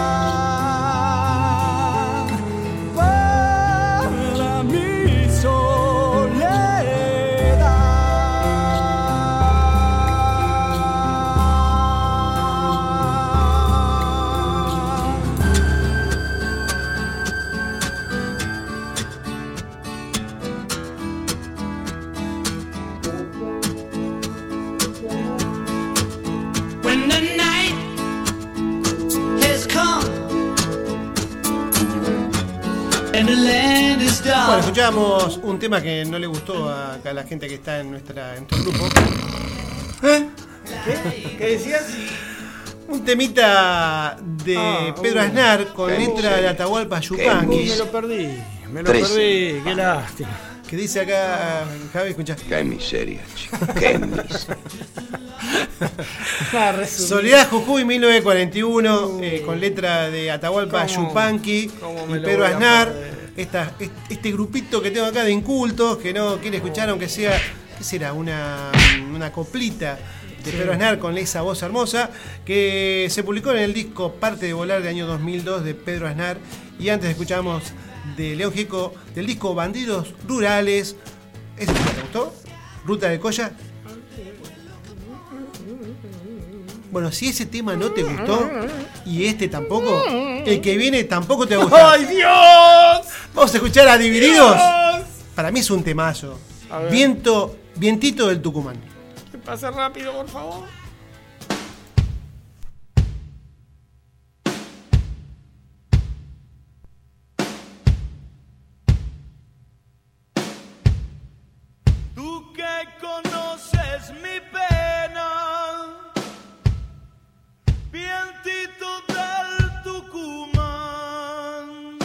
soledad. And the night has come. And the land is dark. Bueno, escuchamos un tema que no le gustó a, a la gente que está en, nuestra, en nuestro grupo. ¿Eh? ¿Qué? ¿Qué decías? Un temita de Ah, Pedro uh, Aznar con qué letra de serio. Atahualpa Uh, Yupanqui. me lo perdí, me lo Trece. perdí, qué lástima. Que dice acá, Javi, escucha. Qué miseria, chico. Qué miseria. Ah, resumí. Soledad Jujuy mil novecientos cuarenta y uno, eh, con letra de Atahualpa ¿Cómo- Yupanqui cómo me y lo Pedro voy a Aznar. perder? Esta, este grupito que tengo acá de incultos que no quiere escuchar, aunque sea, ¿qué será? Una, una coplita de Pedro Aznar con esa voz hermosa, que se publicó en el disco Parte de Volar del año dos mil dos de Pedro Aznar. Y antes escuchamos de León Gieco del disco Bandidos Rurales. ¿Ese tema te gustó? ¿Ruta de Colla? Bueno, si ese tema no te gustó y este tampoco, el que viene tampoco te va a gustar. ¡Ay, Dios! Vamos a escuchar a Divididos. Dios. Para mí es un temazo. A ver. Viento, vientito del Tucumán. Que pase rápido, por favor. Tú que conoces mi pena, vientito del Tucumán,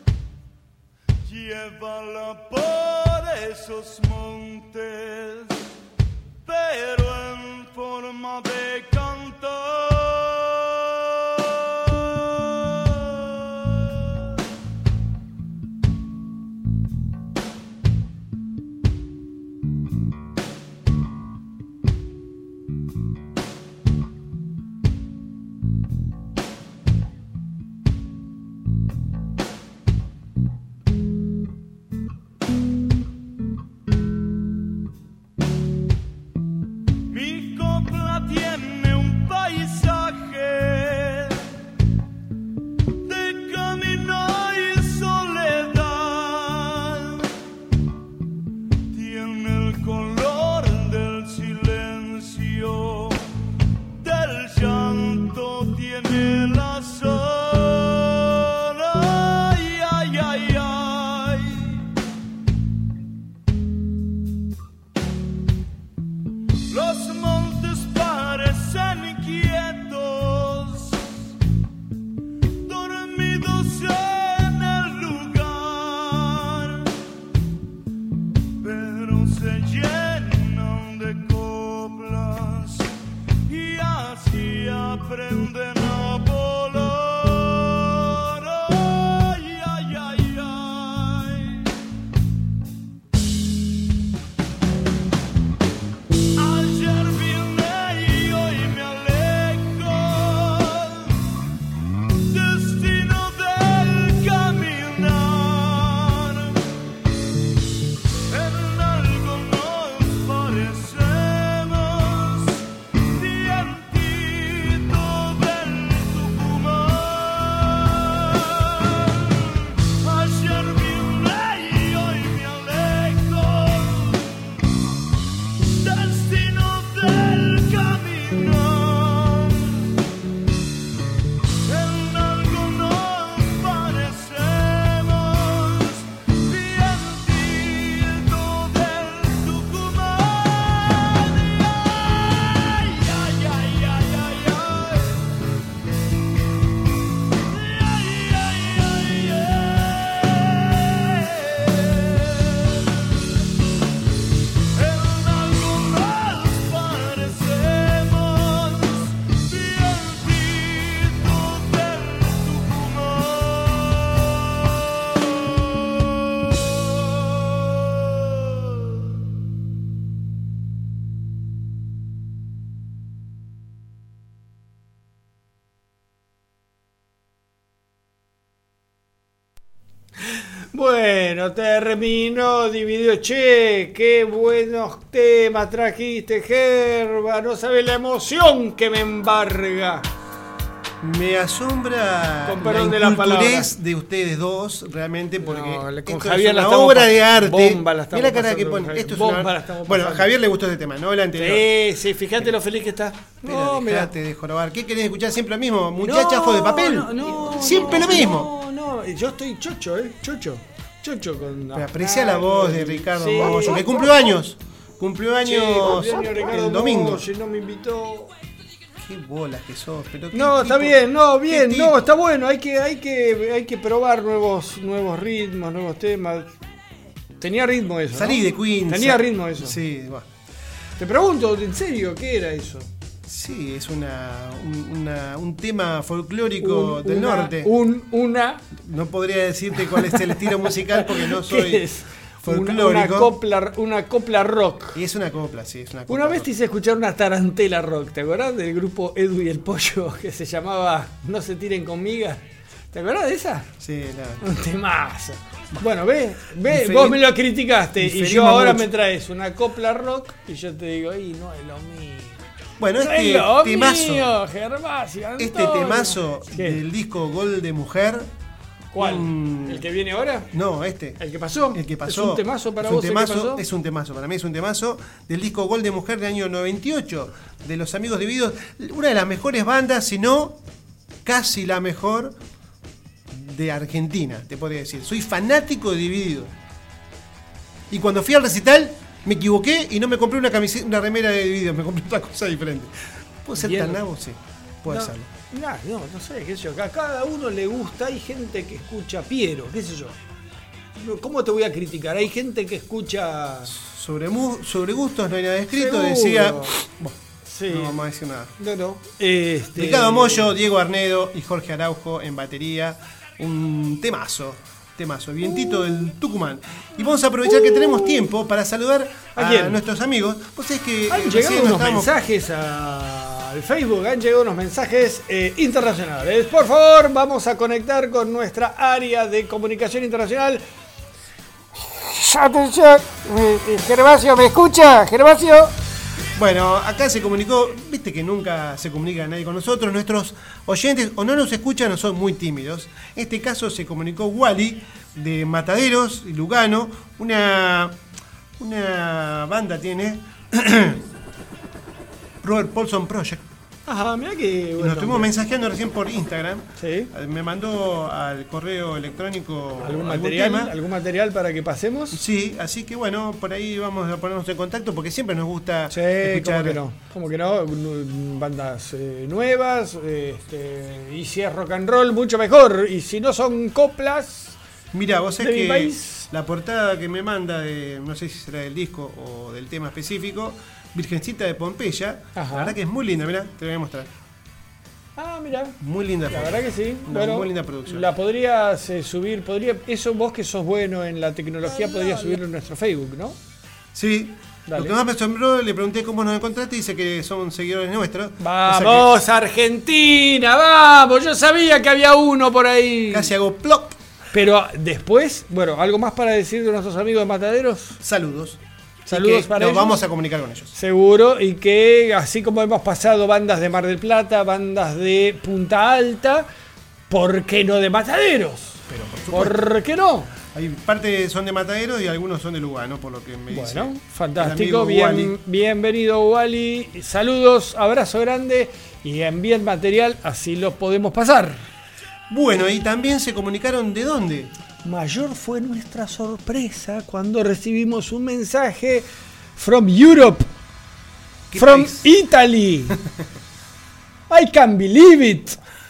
llévala por esos montes, pero en forma de cantar. Mi copla tiene un paisaje de camino y soledad. Tiene el color del silencio, del llanto tiene la sola. Ay, ay, ay, ay. Los montes parecen quietos, dormidos en el lugar, pero se llenan de coplas y así aprenden a volar. Ay, ay, ay, ay. Ayer vine y hoy me alejo, destino del caminar. En algo nos parecemos, vientito del Tucumán. Ayer vine y hoy me alejo, destino del caminar. En algo nos parecemos, vientito del Tucumán. Ay, ay, ay, ay, ay, ay. Ay, ay, ay, ay. En algo nos parecemos, vientito del Tucumán. Bueno, terminó, dividió. Che, qué buenos temas trajiste, Gerba. No sabes la emoción que me embarga. Me asombra Con la perdón de la inculturez de ustedes dos, realmente, porque No, le- con esto Javier es la una estamos obra pa- de arte. bomba la estamos Mira la cara pasando que con pone. Javier. Esto es Bomba una- la estamos Bueno, a pasando. Javier le gustó este tema, no el anterior. Sí, sí, fíjate lo feliz que está. Pero No, mira. dejate de jorobar. ¿Qué querés escuchar? Siempre lo mismo. Muchachajo de papel. No, no, Siempre no, lo mismo. No, no, yo estoy chocho, ¿eh? Chocho. Chocho con. Pero aprecia la voz de Ricardo Sí. Mollo, que cumplió años. Cumplió años Sí, cumpleaños Ricardo el domingo. Mollo, no me invitó. Qué bolas que sos. Pero qué No, está tipo- bien, no, qué bien, tipo. no, está bueno, hay que, hay que, hay que probar nuevos, nuevos ritmos, nuevos temas. Tenía ritmo eso. Salí ¿no? de Queens. Tenía sal- ritmo eso. Sí, bueno. Te pregunto, ¿en serio qué era eso? Sí, es una, un, una- un tema folclórico Un- del una- norte. Un, una. No podría decirte cuál es el estilo musical porque no ¿Qué soy es? Una, una folclórico. copla, una copla rock. Y es una copla, sí, es una copla. Una vez rock. te hice escuchar una tarantela rock, ¿te acordás del grupo Edu y el Pollo que se llamaba No se tiren con migas? ¿Te acordás de esa? Sí, nada. Un temazo. Bueno, ve, ve, Diferi- vos me lo criticaste y diferimos yo ahora mucho. me traes una copla rock y yo te digo, y no es lo mío. Bueno, No es este lo temazo, mío, Gervasio, este Antonio. temazo ¿Qué? del disco Gol de Mujer. ¿Cuál? un- ¿El que viene ahora? No, este. ¿El que pasó? El que pasó. ¿Es un temazo para es un vos el que temazo, pasó? Es un temazo, para mí es un temazo del disco Gol de Mujer del año noventa y ocho, de los Amigos Divididos. Una de las mejores bandas, si no casi la mejor de Argentina, te podría decir. Soy fanático de Divididos. Y cuando fui al recital, me equivoqué y no me compré una camiseta, una remera de Divididos, me compré otra cosa diferente. ¿Puedo ser Bien. tan nabo? Sí, puede no, serlo. No, no, no sé, qué sé yo. A cada uno le gusta, hay gente que escucha Piero, qué sé yo. ¿Cómo te voy a criticar? Hay gente que escucha. Sobre, mu- sobre gustos no hay nada escrito, Seguro. decía. Bueno, Sí. no vamos a decir nada. No, no. Este... Ricardo Mollo, Diego Arnedo y Jorge Araujo en batería. Un temazo, temazo, vientito del Tucumán. Y vamos a aprovechar que tenemos tiempo para saludar ¿A a, quién? nuestros amigos. Vos sabés que Han recién llegado nos unos estábamos- mensajes a- al Facebook, han llegado unos mensajes eh, internacionales. Por favor, vamos a conectar con nuestra área de comunicación internacional. Atención, eh, eh, Gervasio, ¿me escucha? Gervasio. Bueno, acá se comunicó, viste que nunca se comunica nadie con nosotros, nuestros oyentes o no nos escuchan o son muy tímidos. En este caso se comunicó Wally de Mataderos y Lugano, una, una banda tiene Robert Paulson Project. Ajá, mira que Y bueno. nos estuvimos mensajeando recién por Instagram. Sí. Me mandó al correo electrónico ¿Algún algún material, tema. ¿Algún material para que pasemos? Sí, así que bueno, por ahí vamos a ponernos en contacto porque siempre nos gusta Sí, escuchar. ¿cómo que no? ¿Cómo que no? Nu- Bandas eh, nuevas, este, y si es rock and roll, mucho mejor. Y si no son coplas, Mira, vos de sabés mi que país. la portada que me manda, de, no sé si será del disco o del tema específico, Virgencita de Pompeya, Ajá. la verdad que es muy linda, mirá, te la voy a mostrar. Ah, mira. Muy linda La foto. verdad que sí. Una Bueno, muy linda producción. la podrías eh, subir, podría, eso vos que sos bueno en la tecnología, podrías subirlo en nuestro Facebook, ¿no? Sí. Dale. Lo que más me asombró, le pregunté cómo nos encontraste y dice que son seguidores nuestros. O sea Vamos, Argentina, vamos. Yo sabía que había uno por ahí. que casi hago plop. Pero después, bueno, algo más para decir de nuestros amigos de Mataderos. Saludos. Saludos Y que para nos ellos. vamos a comunicar con ellos. Seguro, y que así como hemos pasado bandas de Mar del Plata, bandas de Punta Alta, ¿por qué no de Mataderos? Pero por supuesto. ¿Por qué no? Hay parte son de Mataderos y algunos son de Lugano, por lo que me dice. Bueno, el fantástico, amigo bien, Wally. bienvenido Wally, saludos, abrazo grande y envíen material, así lo podemos pasar. Bueno, y también se comunicaron de dónde. Mayor fue nuestra sorpresa cuando recibimos un mensaje from Europe, ¿Qué from país? Italy. I can't believe it.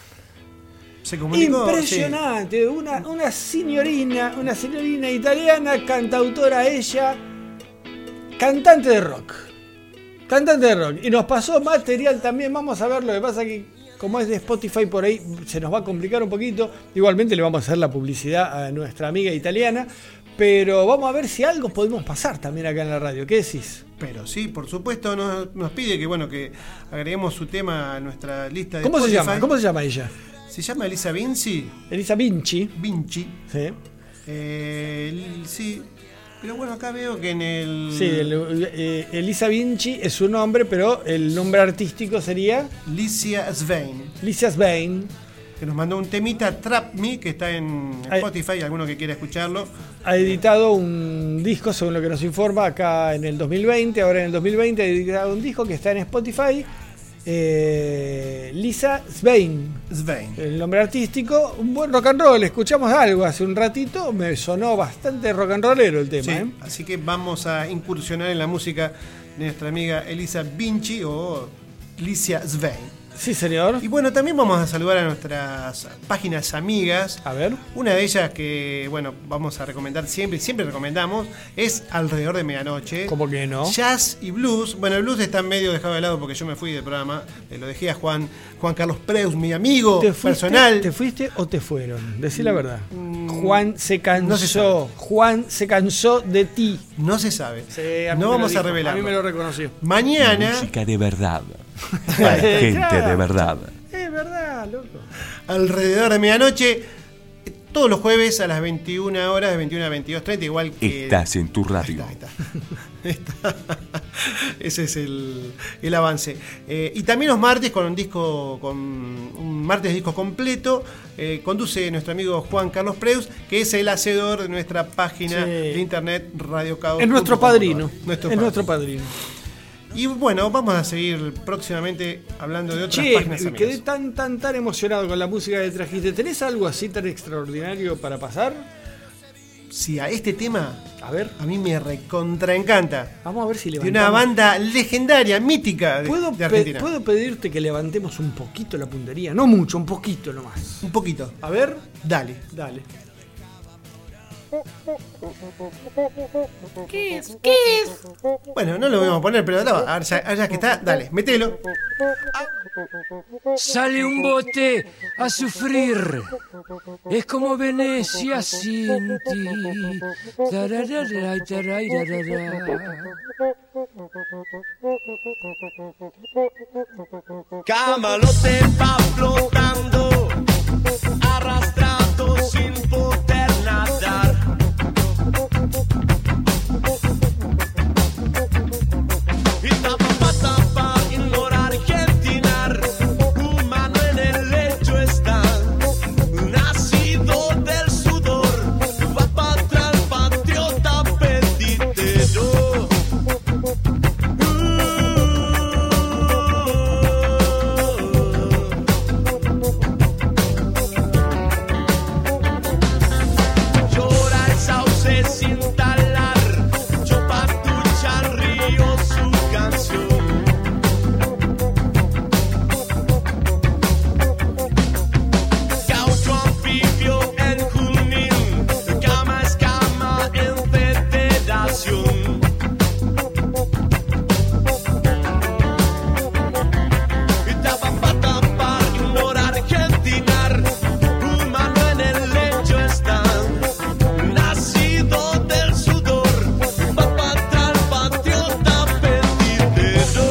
Se comunicó. Impresionante, una, una signorina, una signorina italiana, cantautora ella, cantante de rock. Cantante de rock. Y nos pasó material también, vamos a ver, lo que pasa que como es de Spotify por ahí se nos va a complicar un poquito. Igualmente le vamos a hacer la publicidad a nuestra amiga italiana, pero vamos a ver si algo podemos pasar también acá en la radio. ¿Qué decís? Pero sí, por supuesto, nos, nos pide que bueno que agreguemos su tema a nuestra lista de ¿Cómo se Spotify. llama? ¿Cómo se llama ella? Se llama Elisa Vinci. Elisa Vinci. Vinci. Sí. Eh, el- sí. Pero bueno, acá veo que en el... Sí, el, eh, Elisa Vinci es su nombre, pero el nombre artístico sería... Licia Svein. Licia Svein. Que nos mandó un temita, Trap Me, que está en Spotify, alguno que quiera escucharlo. Ha editado un disco, según lo que nos informa, acá en el dos mil veinte. Ahora en el dos mil veinte ha editado un disco que está en Spotify. Eh, Lisa Svein. Svein. El nombre artístico. Un buen rock and roll. Escuchamos algo hace un ratito. Me sonó bastante rock and rollero el tema. Sí, ¿eh? así que vamos a incursionar en la música de nuestra amiga Elisa Vinci o Licia Svein. Sí, señor. Y bueno, también vamos a saludar a nuestras páginas amigas. A ver. Una de ellas que, bueno, vamos a recomendar siempre, y siempre recomendamos, es Alrededor de Medianoche. ¿Cómo que no? Jazz y blues. Bueno, el blues está medio dejado de lado porque yo me fui del programa. Eh, lo dejé a Juan, Juan Carlos Preus, mi amigo ¿Te fuiste, personal. ¿Te fuiste o te fueron? Decí la verdad. Mm, Juan se cansó. No se sabe. Juan se cansó de ti. No se sabe. Sí, a mí no me vamos lo a dijo, revelar. A mí me lo reconoció. Mañana. Música de verdad. Gente Claro. de verdad. Es verdad, loco. Alrededor de Medianoche, todos los jueves a las veintiuna horas, de veintiuna a veintidós treinta, igual que... Estás en tu radio. Ahí está, ahí está. Está. Ese es el, el avance. Eh, y también los martes con un disco, con un martes de disco completo, eh, conduce nuestro amigo Juan Carlos Preus, que es el hacedor de nuestra página Sí. de internet Radio Caos. Es nuestro padrino. Nuestro es padrino. nuestro padrino. Y bueno, vamos a seguir próximamente hablando de otras Che, páginas amigas. quedé tan, tan, tan emocionado con la música que trajiste. ¿Tenés algo así tan extraordinario para pasar? Sí, a este tema, A ver, a mí me recontraencanta. vamos a ver si De levantamos. una banda legendaria, mítica de, ¿Puedo, de pe- Argentina. ¿Puedo pedirte que levantemos un poquito la puntería? No mucho, un poquito nomás. Un poquito. A ver, Dale. dale. Bueno, no lo vamos a poner, pero no, ahora ya, ahora ya que está, dale, mételo. Sale un bote a sufrir. Es como Venecia sin ti. Tararara, tararara. Camalote va flotando, arrastrado sin poder nadar. Y tapa pa tapa, ignorar, gentinar, humano en el lecho está, nacido del sudor, va para atrás, patriota peditero. Llora el sauce sin talar, chopatucha al río su canción. Gaucho anfibio en Junín, cama escama en federación. Y tapa pa tapar, ignorar, gentinar, humano en el lecho está, nacido del sudor, va para atrás, patriota peditero.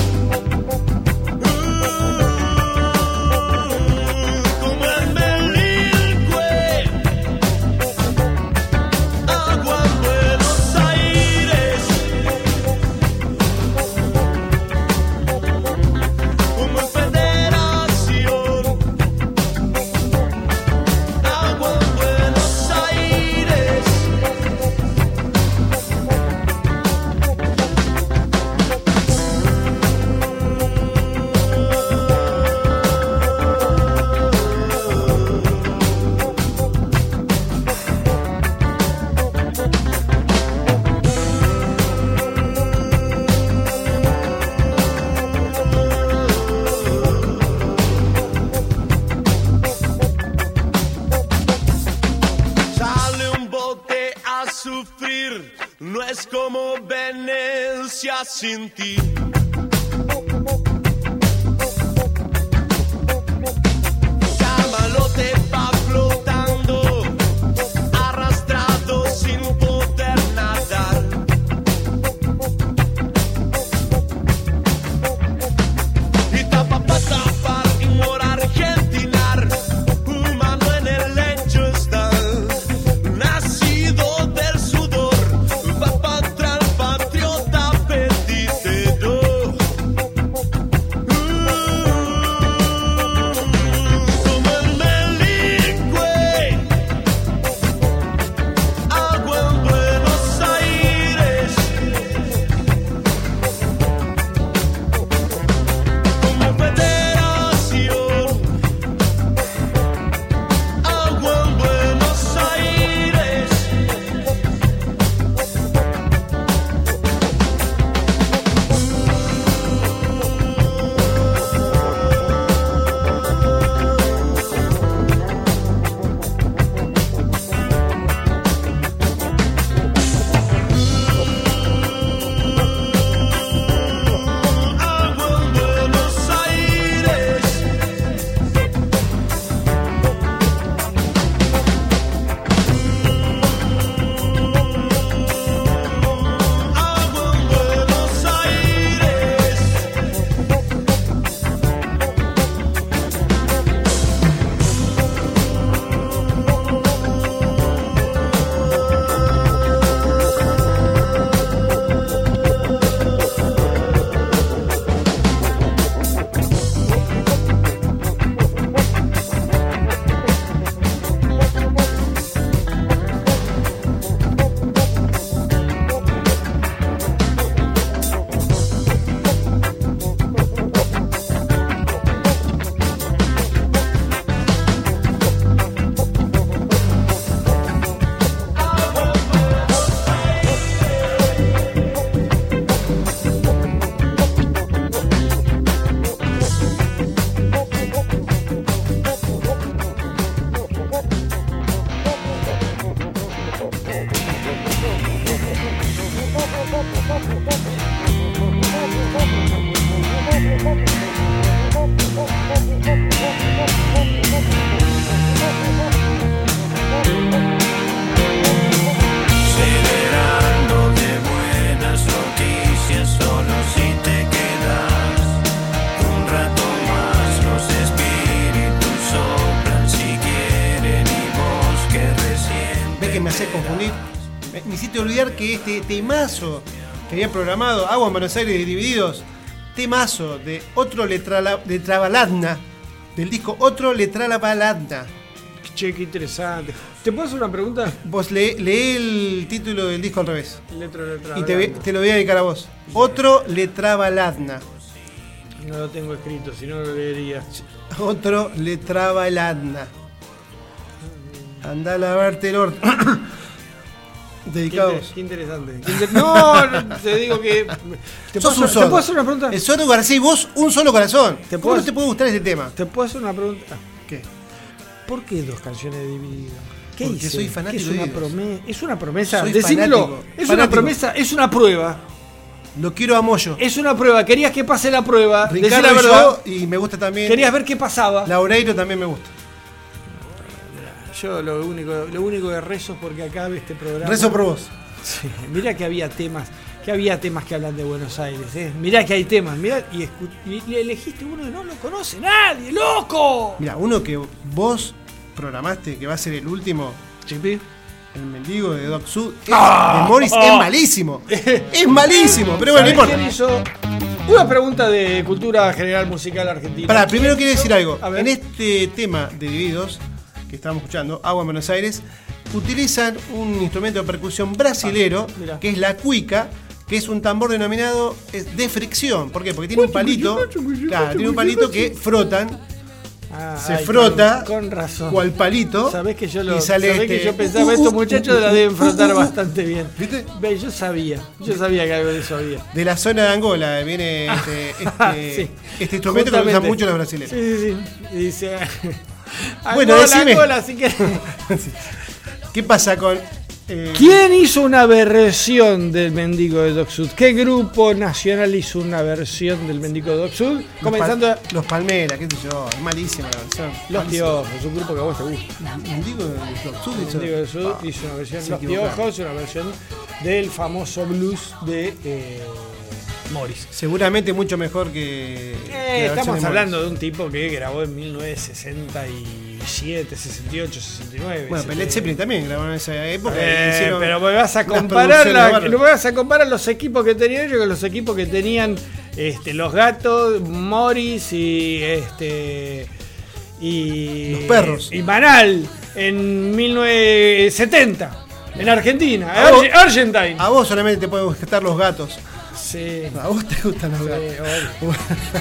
Como el melicue, agua en Buenos Aires, como en Federación, agua en Buenos Aires. Sale un bote a sufrir, no es como Venecia sin ti. Camalote va flotando, arrastrado sin poder nadar. Y tapa pa tapar, ignorar, gentinar, humano en el lecho está, nacido del sudor, Celebrando de buenas noticias, solo si te quedas un rato más. Los espíritus soplan si quieren y vos que recién. ¿Ves que me hace confundir? Me, me hiciste olvidar que este temazo que había programado Agua en Buenos Aires y Divididos, temazo de otro letra, Letrabaladna, del disco Otro Letrabaladna. Che, qué interesante. ¿Te puedo hacer una pregunta? Vos lee, lee el título del disco al revés. Letra, letra, y te, te lo voy a dedicar a vos. Otro Letrabaladna. No lo tengo escrito, si no lo leería. Otro Letrabaladna. Andá a lavarte el orto. Dedicados. Qué interesante. Qué inter... No, no, te digo que. ¿Te Sos puedo, un ¿Te sordo. puedo hacer una pregunta? El sordo García y vos un solo corazón. ¿Te ¿Cómo puedo- no te puede gustar ese tema? ¿Te puedo hacer una pregunta? ¿Qué? ¿Por qué dos canciones divididas? ¿Qué Porque hice? soy fanático ¿Qué es, de una Divididos. prome- es una promesa. Soy Decímelo. fanático, Es una fanático. promesa, es una prueba. Lo quiero a Moyo. Es una prueba. Querías que pase la prueba. Decí Ricardo la y verdad. yo, y me gusta también. Querías ver qué pasaba. Laureiro también me gusta. Yo lo único, lo único que rezo es porque acabe este programa. Rezo por vos. Sí, mirá que había temas, que había temas que hablan de Buenos Aires, ¿eh? Mirá que hay temas, mirá, y, escu- y le elegiste uno que no lo conoce nadie, ¡loco! Mira, uno que vos programaste, que va a ser el último. Chipi. El mendigo de Doc Sud. Es, Ah, de Morris ah. es malísimo. Es malísimo, pero bueno, no ¿Sabés importa. quién hizo? Una pregunta de cultura general musical argentina. Pará, primero quiero decir algo. A ver. En este tema de Divididos, que estamos escuchando, Agua en Buenos Aires, utilizan un instrumento de percusión brasilero, Ah, mirá. que es la cuica, que es un tambor denominado eh, de fricción. ¿Por qué? Porque tiene un palito, claro, tiene un palito que frotan, Ah, se ay, frota, con, con razón. cual palito, Sabés que yo lo y sale sabés este, que yo pensaba uh, uh, estos uh, muchachos uh, la uh, deben frotar uh, uh, bastante bien. ¿Viste? Ve, yo sabía, yo sabía que algo de eso había. De la zona de Angola viene este, este, Sí. este instrumento que lo usan Justamente. mucho los brasileños. Sí, sí, sí. Y dice. Bueno, Angola, decime. Angola, así que. ¿Qué pasa con eh, ¿Quién hizo una versión del Mendigo de Doc Sud? ¿Qué grupo nacional hizo una versión del Mendigo de Doc Sud? los, Comenzando pal- los Palmeras, qué sé yo, es malísima la versión. Los Malísima. Piojos, un grupo que a vos te gusta. Mendigo de Doc Sud El hizo- Mendigo de Sud Ah, hizo una versión se Los equivocaron. Piojos, una versión del famoso blues de eh, Morris. Seguramente mucho mejor que. que la Eh, versión estamos de hablando Morris. de un tipo que grabó en mil novecientos sesenta y siete, sesenta y ocho, sesenta y nueve. Bueno, pero Led Zeppelin también grabó en esa época. Eh, hicieron pero me vas a unas comparar producciones la- bárbaras. lo vas a comparar los equipos que tenían ellos con los equipos que tenían este, los Gatos, Morris y este y Los Perros. y Manal en mil novecientos setenta en Argentina, A vos- Arge- Argentine. A vos solamente te pueden gustar los gatos. Sí. A vos te gustan los Sí, gatos. obvio.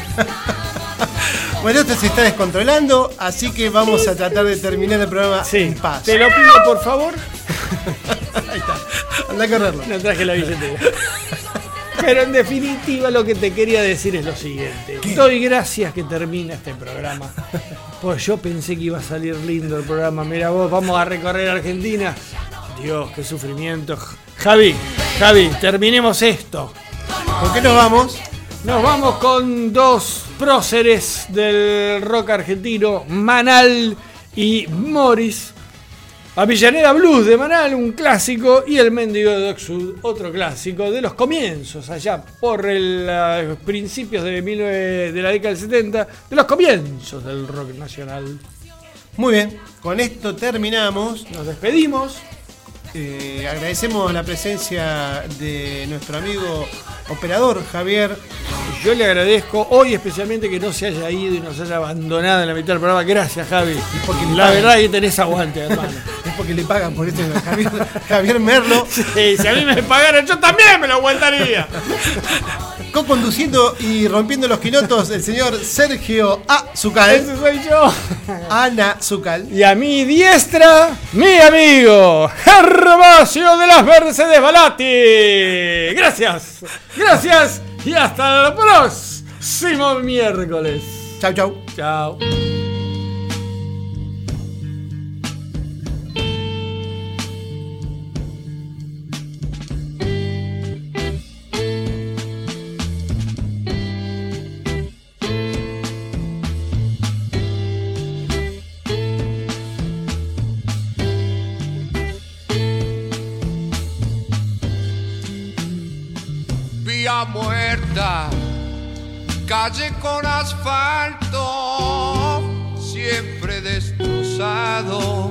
Bueno, esto se está descontrolando, así que vamos a tratar de terminar el programa Sí, en paz. te lo pido por favor. Ahí está. Anda a correrlo. No traje la billetera. Pero en definitiva lo que te quería decir es lo siguiente. Doy gracias que termina este programa. Pues yo pensé que iba a salir lindo el programa. Mira vos, vamos a recorrer Argentina. Dios, qué sufrimiento. Javi, Javi, terminemos esto. ¿Por qué nos vamos? Nos vamos con dos próceres del rock argentino, Manal y Morris. Avellaneda Blues de Manal, un clásico, y El Mendigo de Doc Sud, otro clásico de los comienzos, allá por el, uh, principios de, mil nueve de la década del setenta, de los comienzos del rock nacional. Muy bien, con esto terminamos. Nos despedimos. Eh, agradecemos la presencia de nuestro amigo operador Javier. Yo le agradezco hoy especialmente que no se haya ido y nos haya abandonado en la mitad del programa. Gracias, Javi. porque le la pagan. verdad que tenés aguante, hermano. Es porque le pagan por esto. Javier, Javier Merlo. Sí, si a mí me pagaran, yo también me lo aguantaría. Co-conduciendo y rompiendo los quilotos el señor Sergio A. Zucal. Ese soy yo. Ana Zucal. Y a mi diestra, mi amigo Gervasio de las Mercedes Balati. Gracias, gracias y hasta el próximo miércoles. Chau, chau. Chao. está muerta, calle con asfalto, siempre destrozado.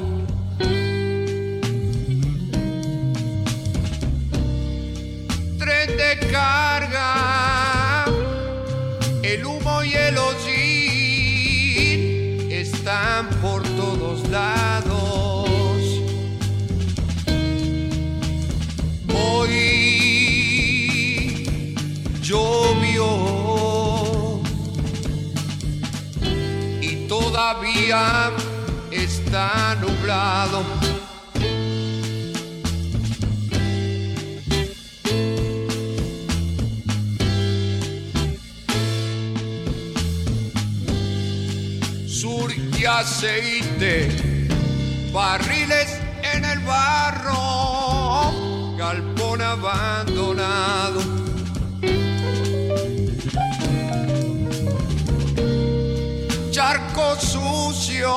Tren de carga, el humo y el hollín están por todos lados. Hoy llovió y todavía está nublado. Sur y aceite, barriles en el barro, galpón abandonado. Charco sucio,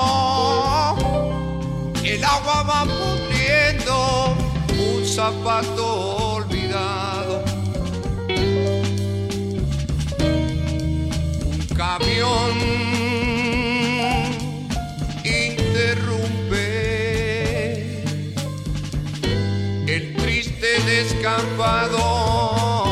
el agua va pudriendo, un zapato olvidado. Un camión interrumpe el triste descampado.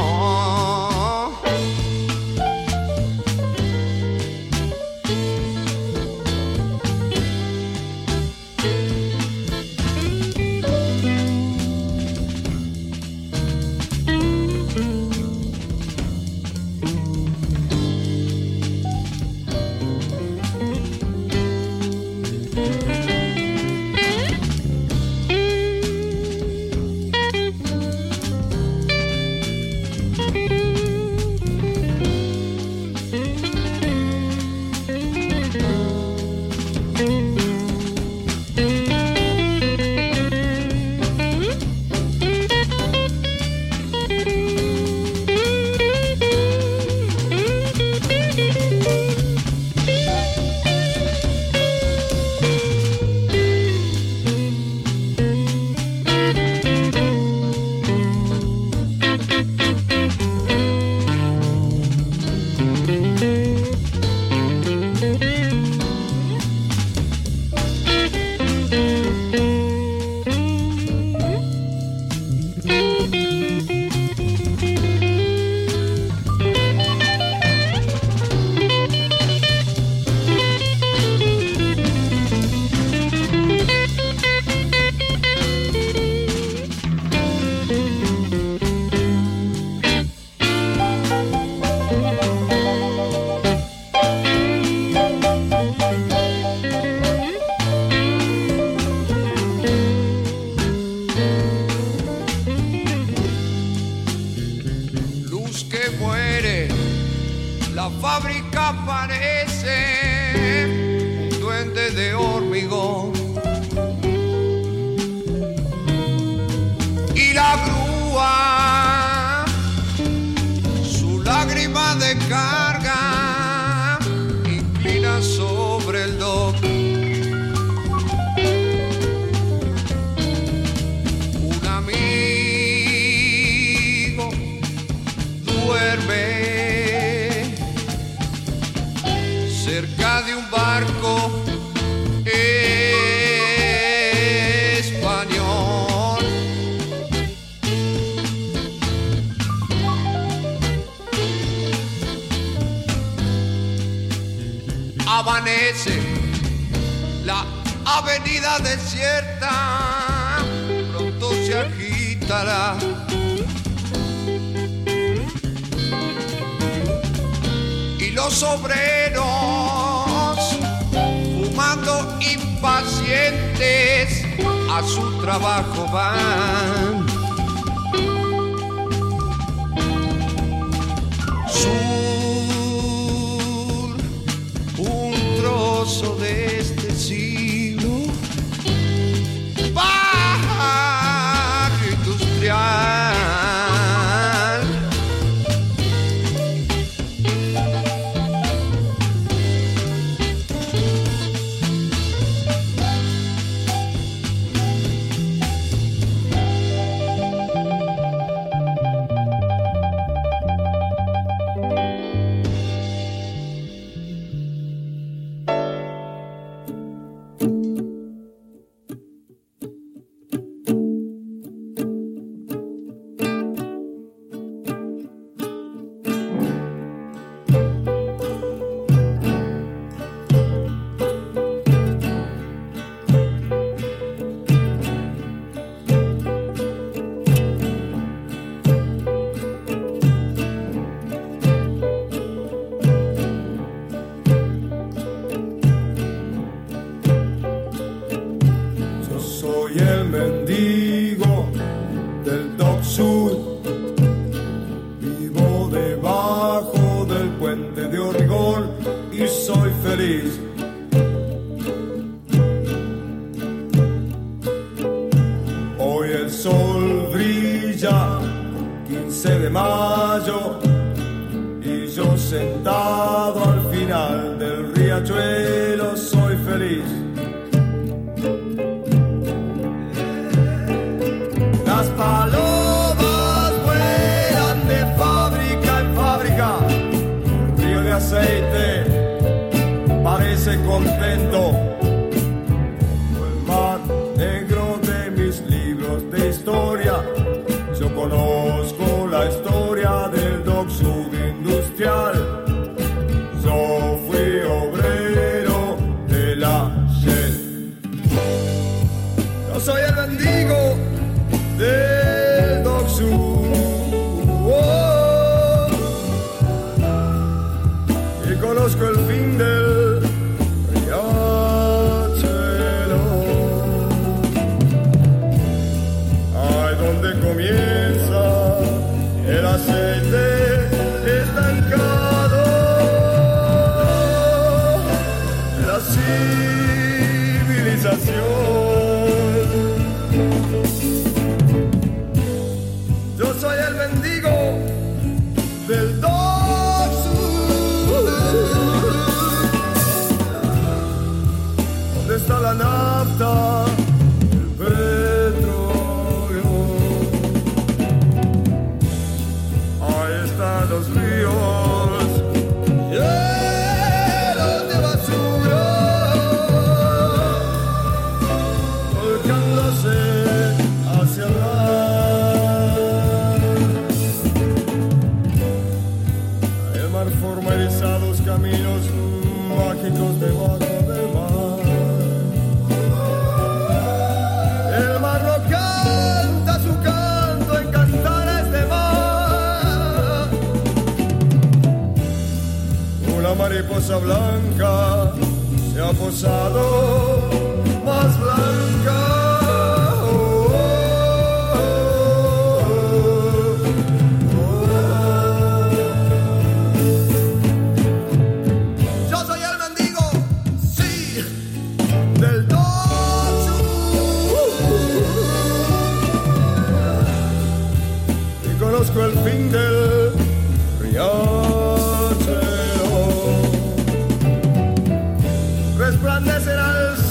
Amanece la avenida desierta, pronto se agitará. Y los obreros, fumando impacientes, a su trabajo van. De este siglo, barrio industrial. aceite parece contento. El mar negro de mis libros de historia. Yo conozco la historia del Dock Sud Industrial. Yo fui obrero de la Shell. Yo soy el mendigo del Dock Sud. Oh. Y conozco el fin del riachuelo. Ay, donde comienza el aceite estancado. La civilización. Yo soy el mendigo del Dock Sud. ¿Dónde está la nafta? El petróleo. Ahí están los ríos llenos de basura, volcándose hacia el mar. El mar forma erizados caminos mágicos debajo del mar. El mar no canta su canto en cantares de mar. Una mariposa blanca se ha posado más blanca. Oh, oh, oh, oh. Yo soy el mendigo, sí, del Dock Sud. Y conozco el fin del riachuelo. Resplandecerá el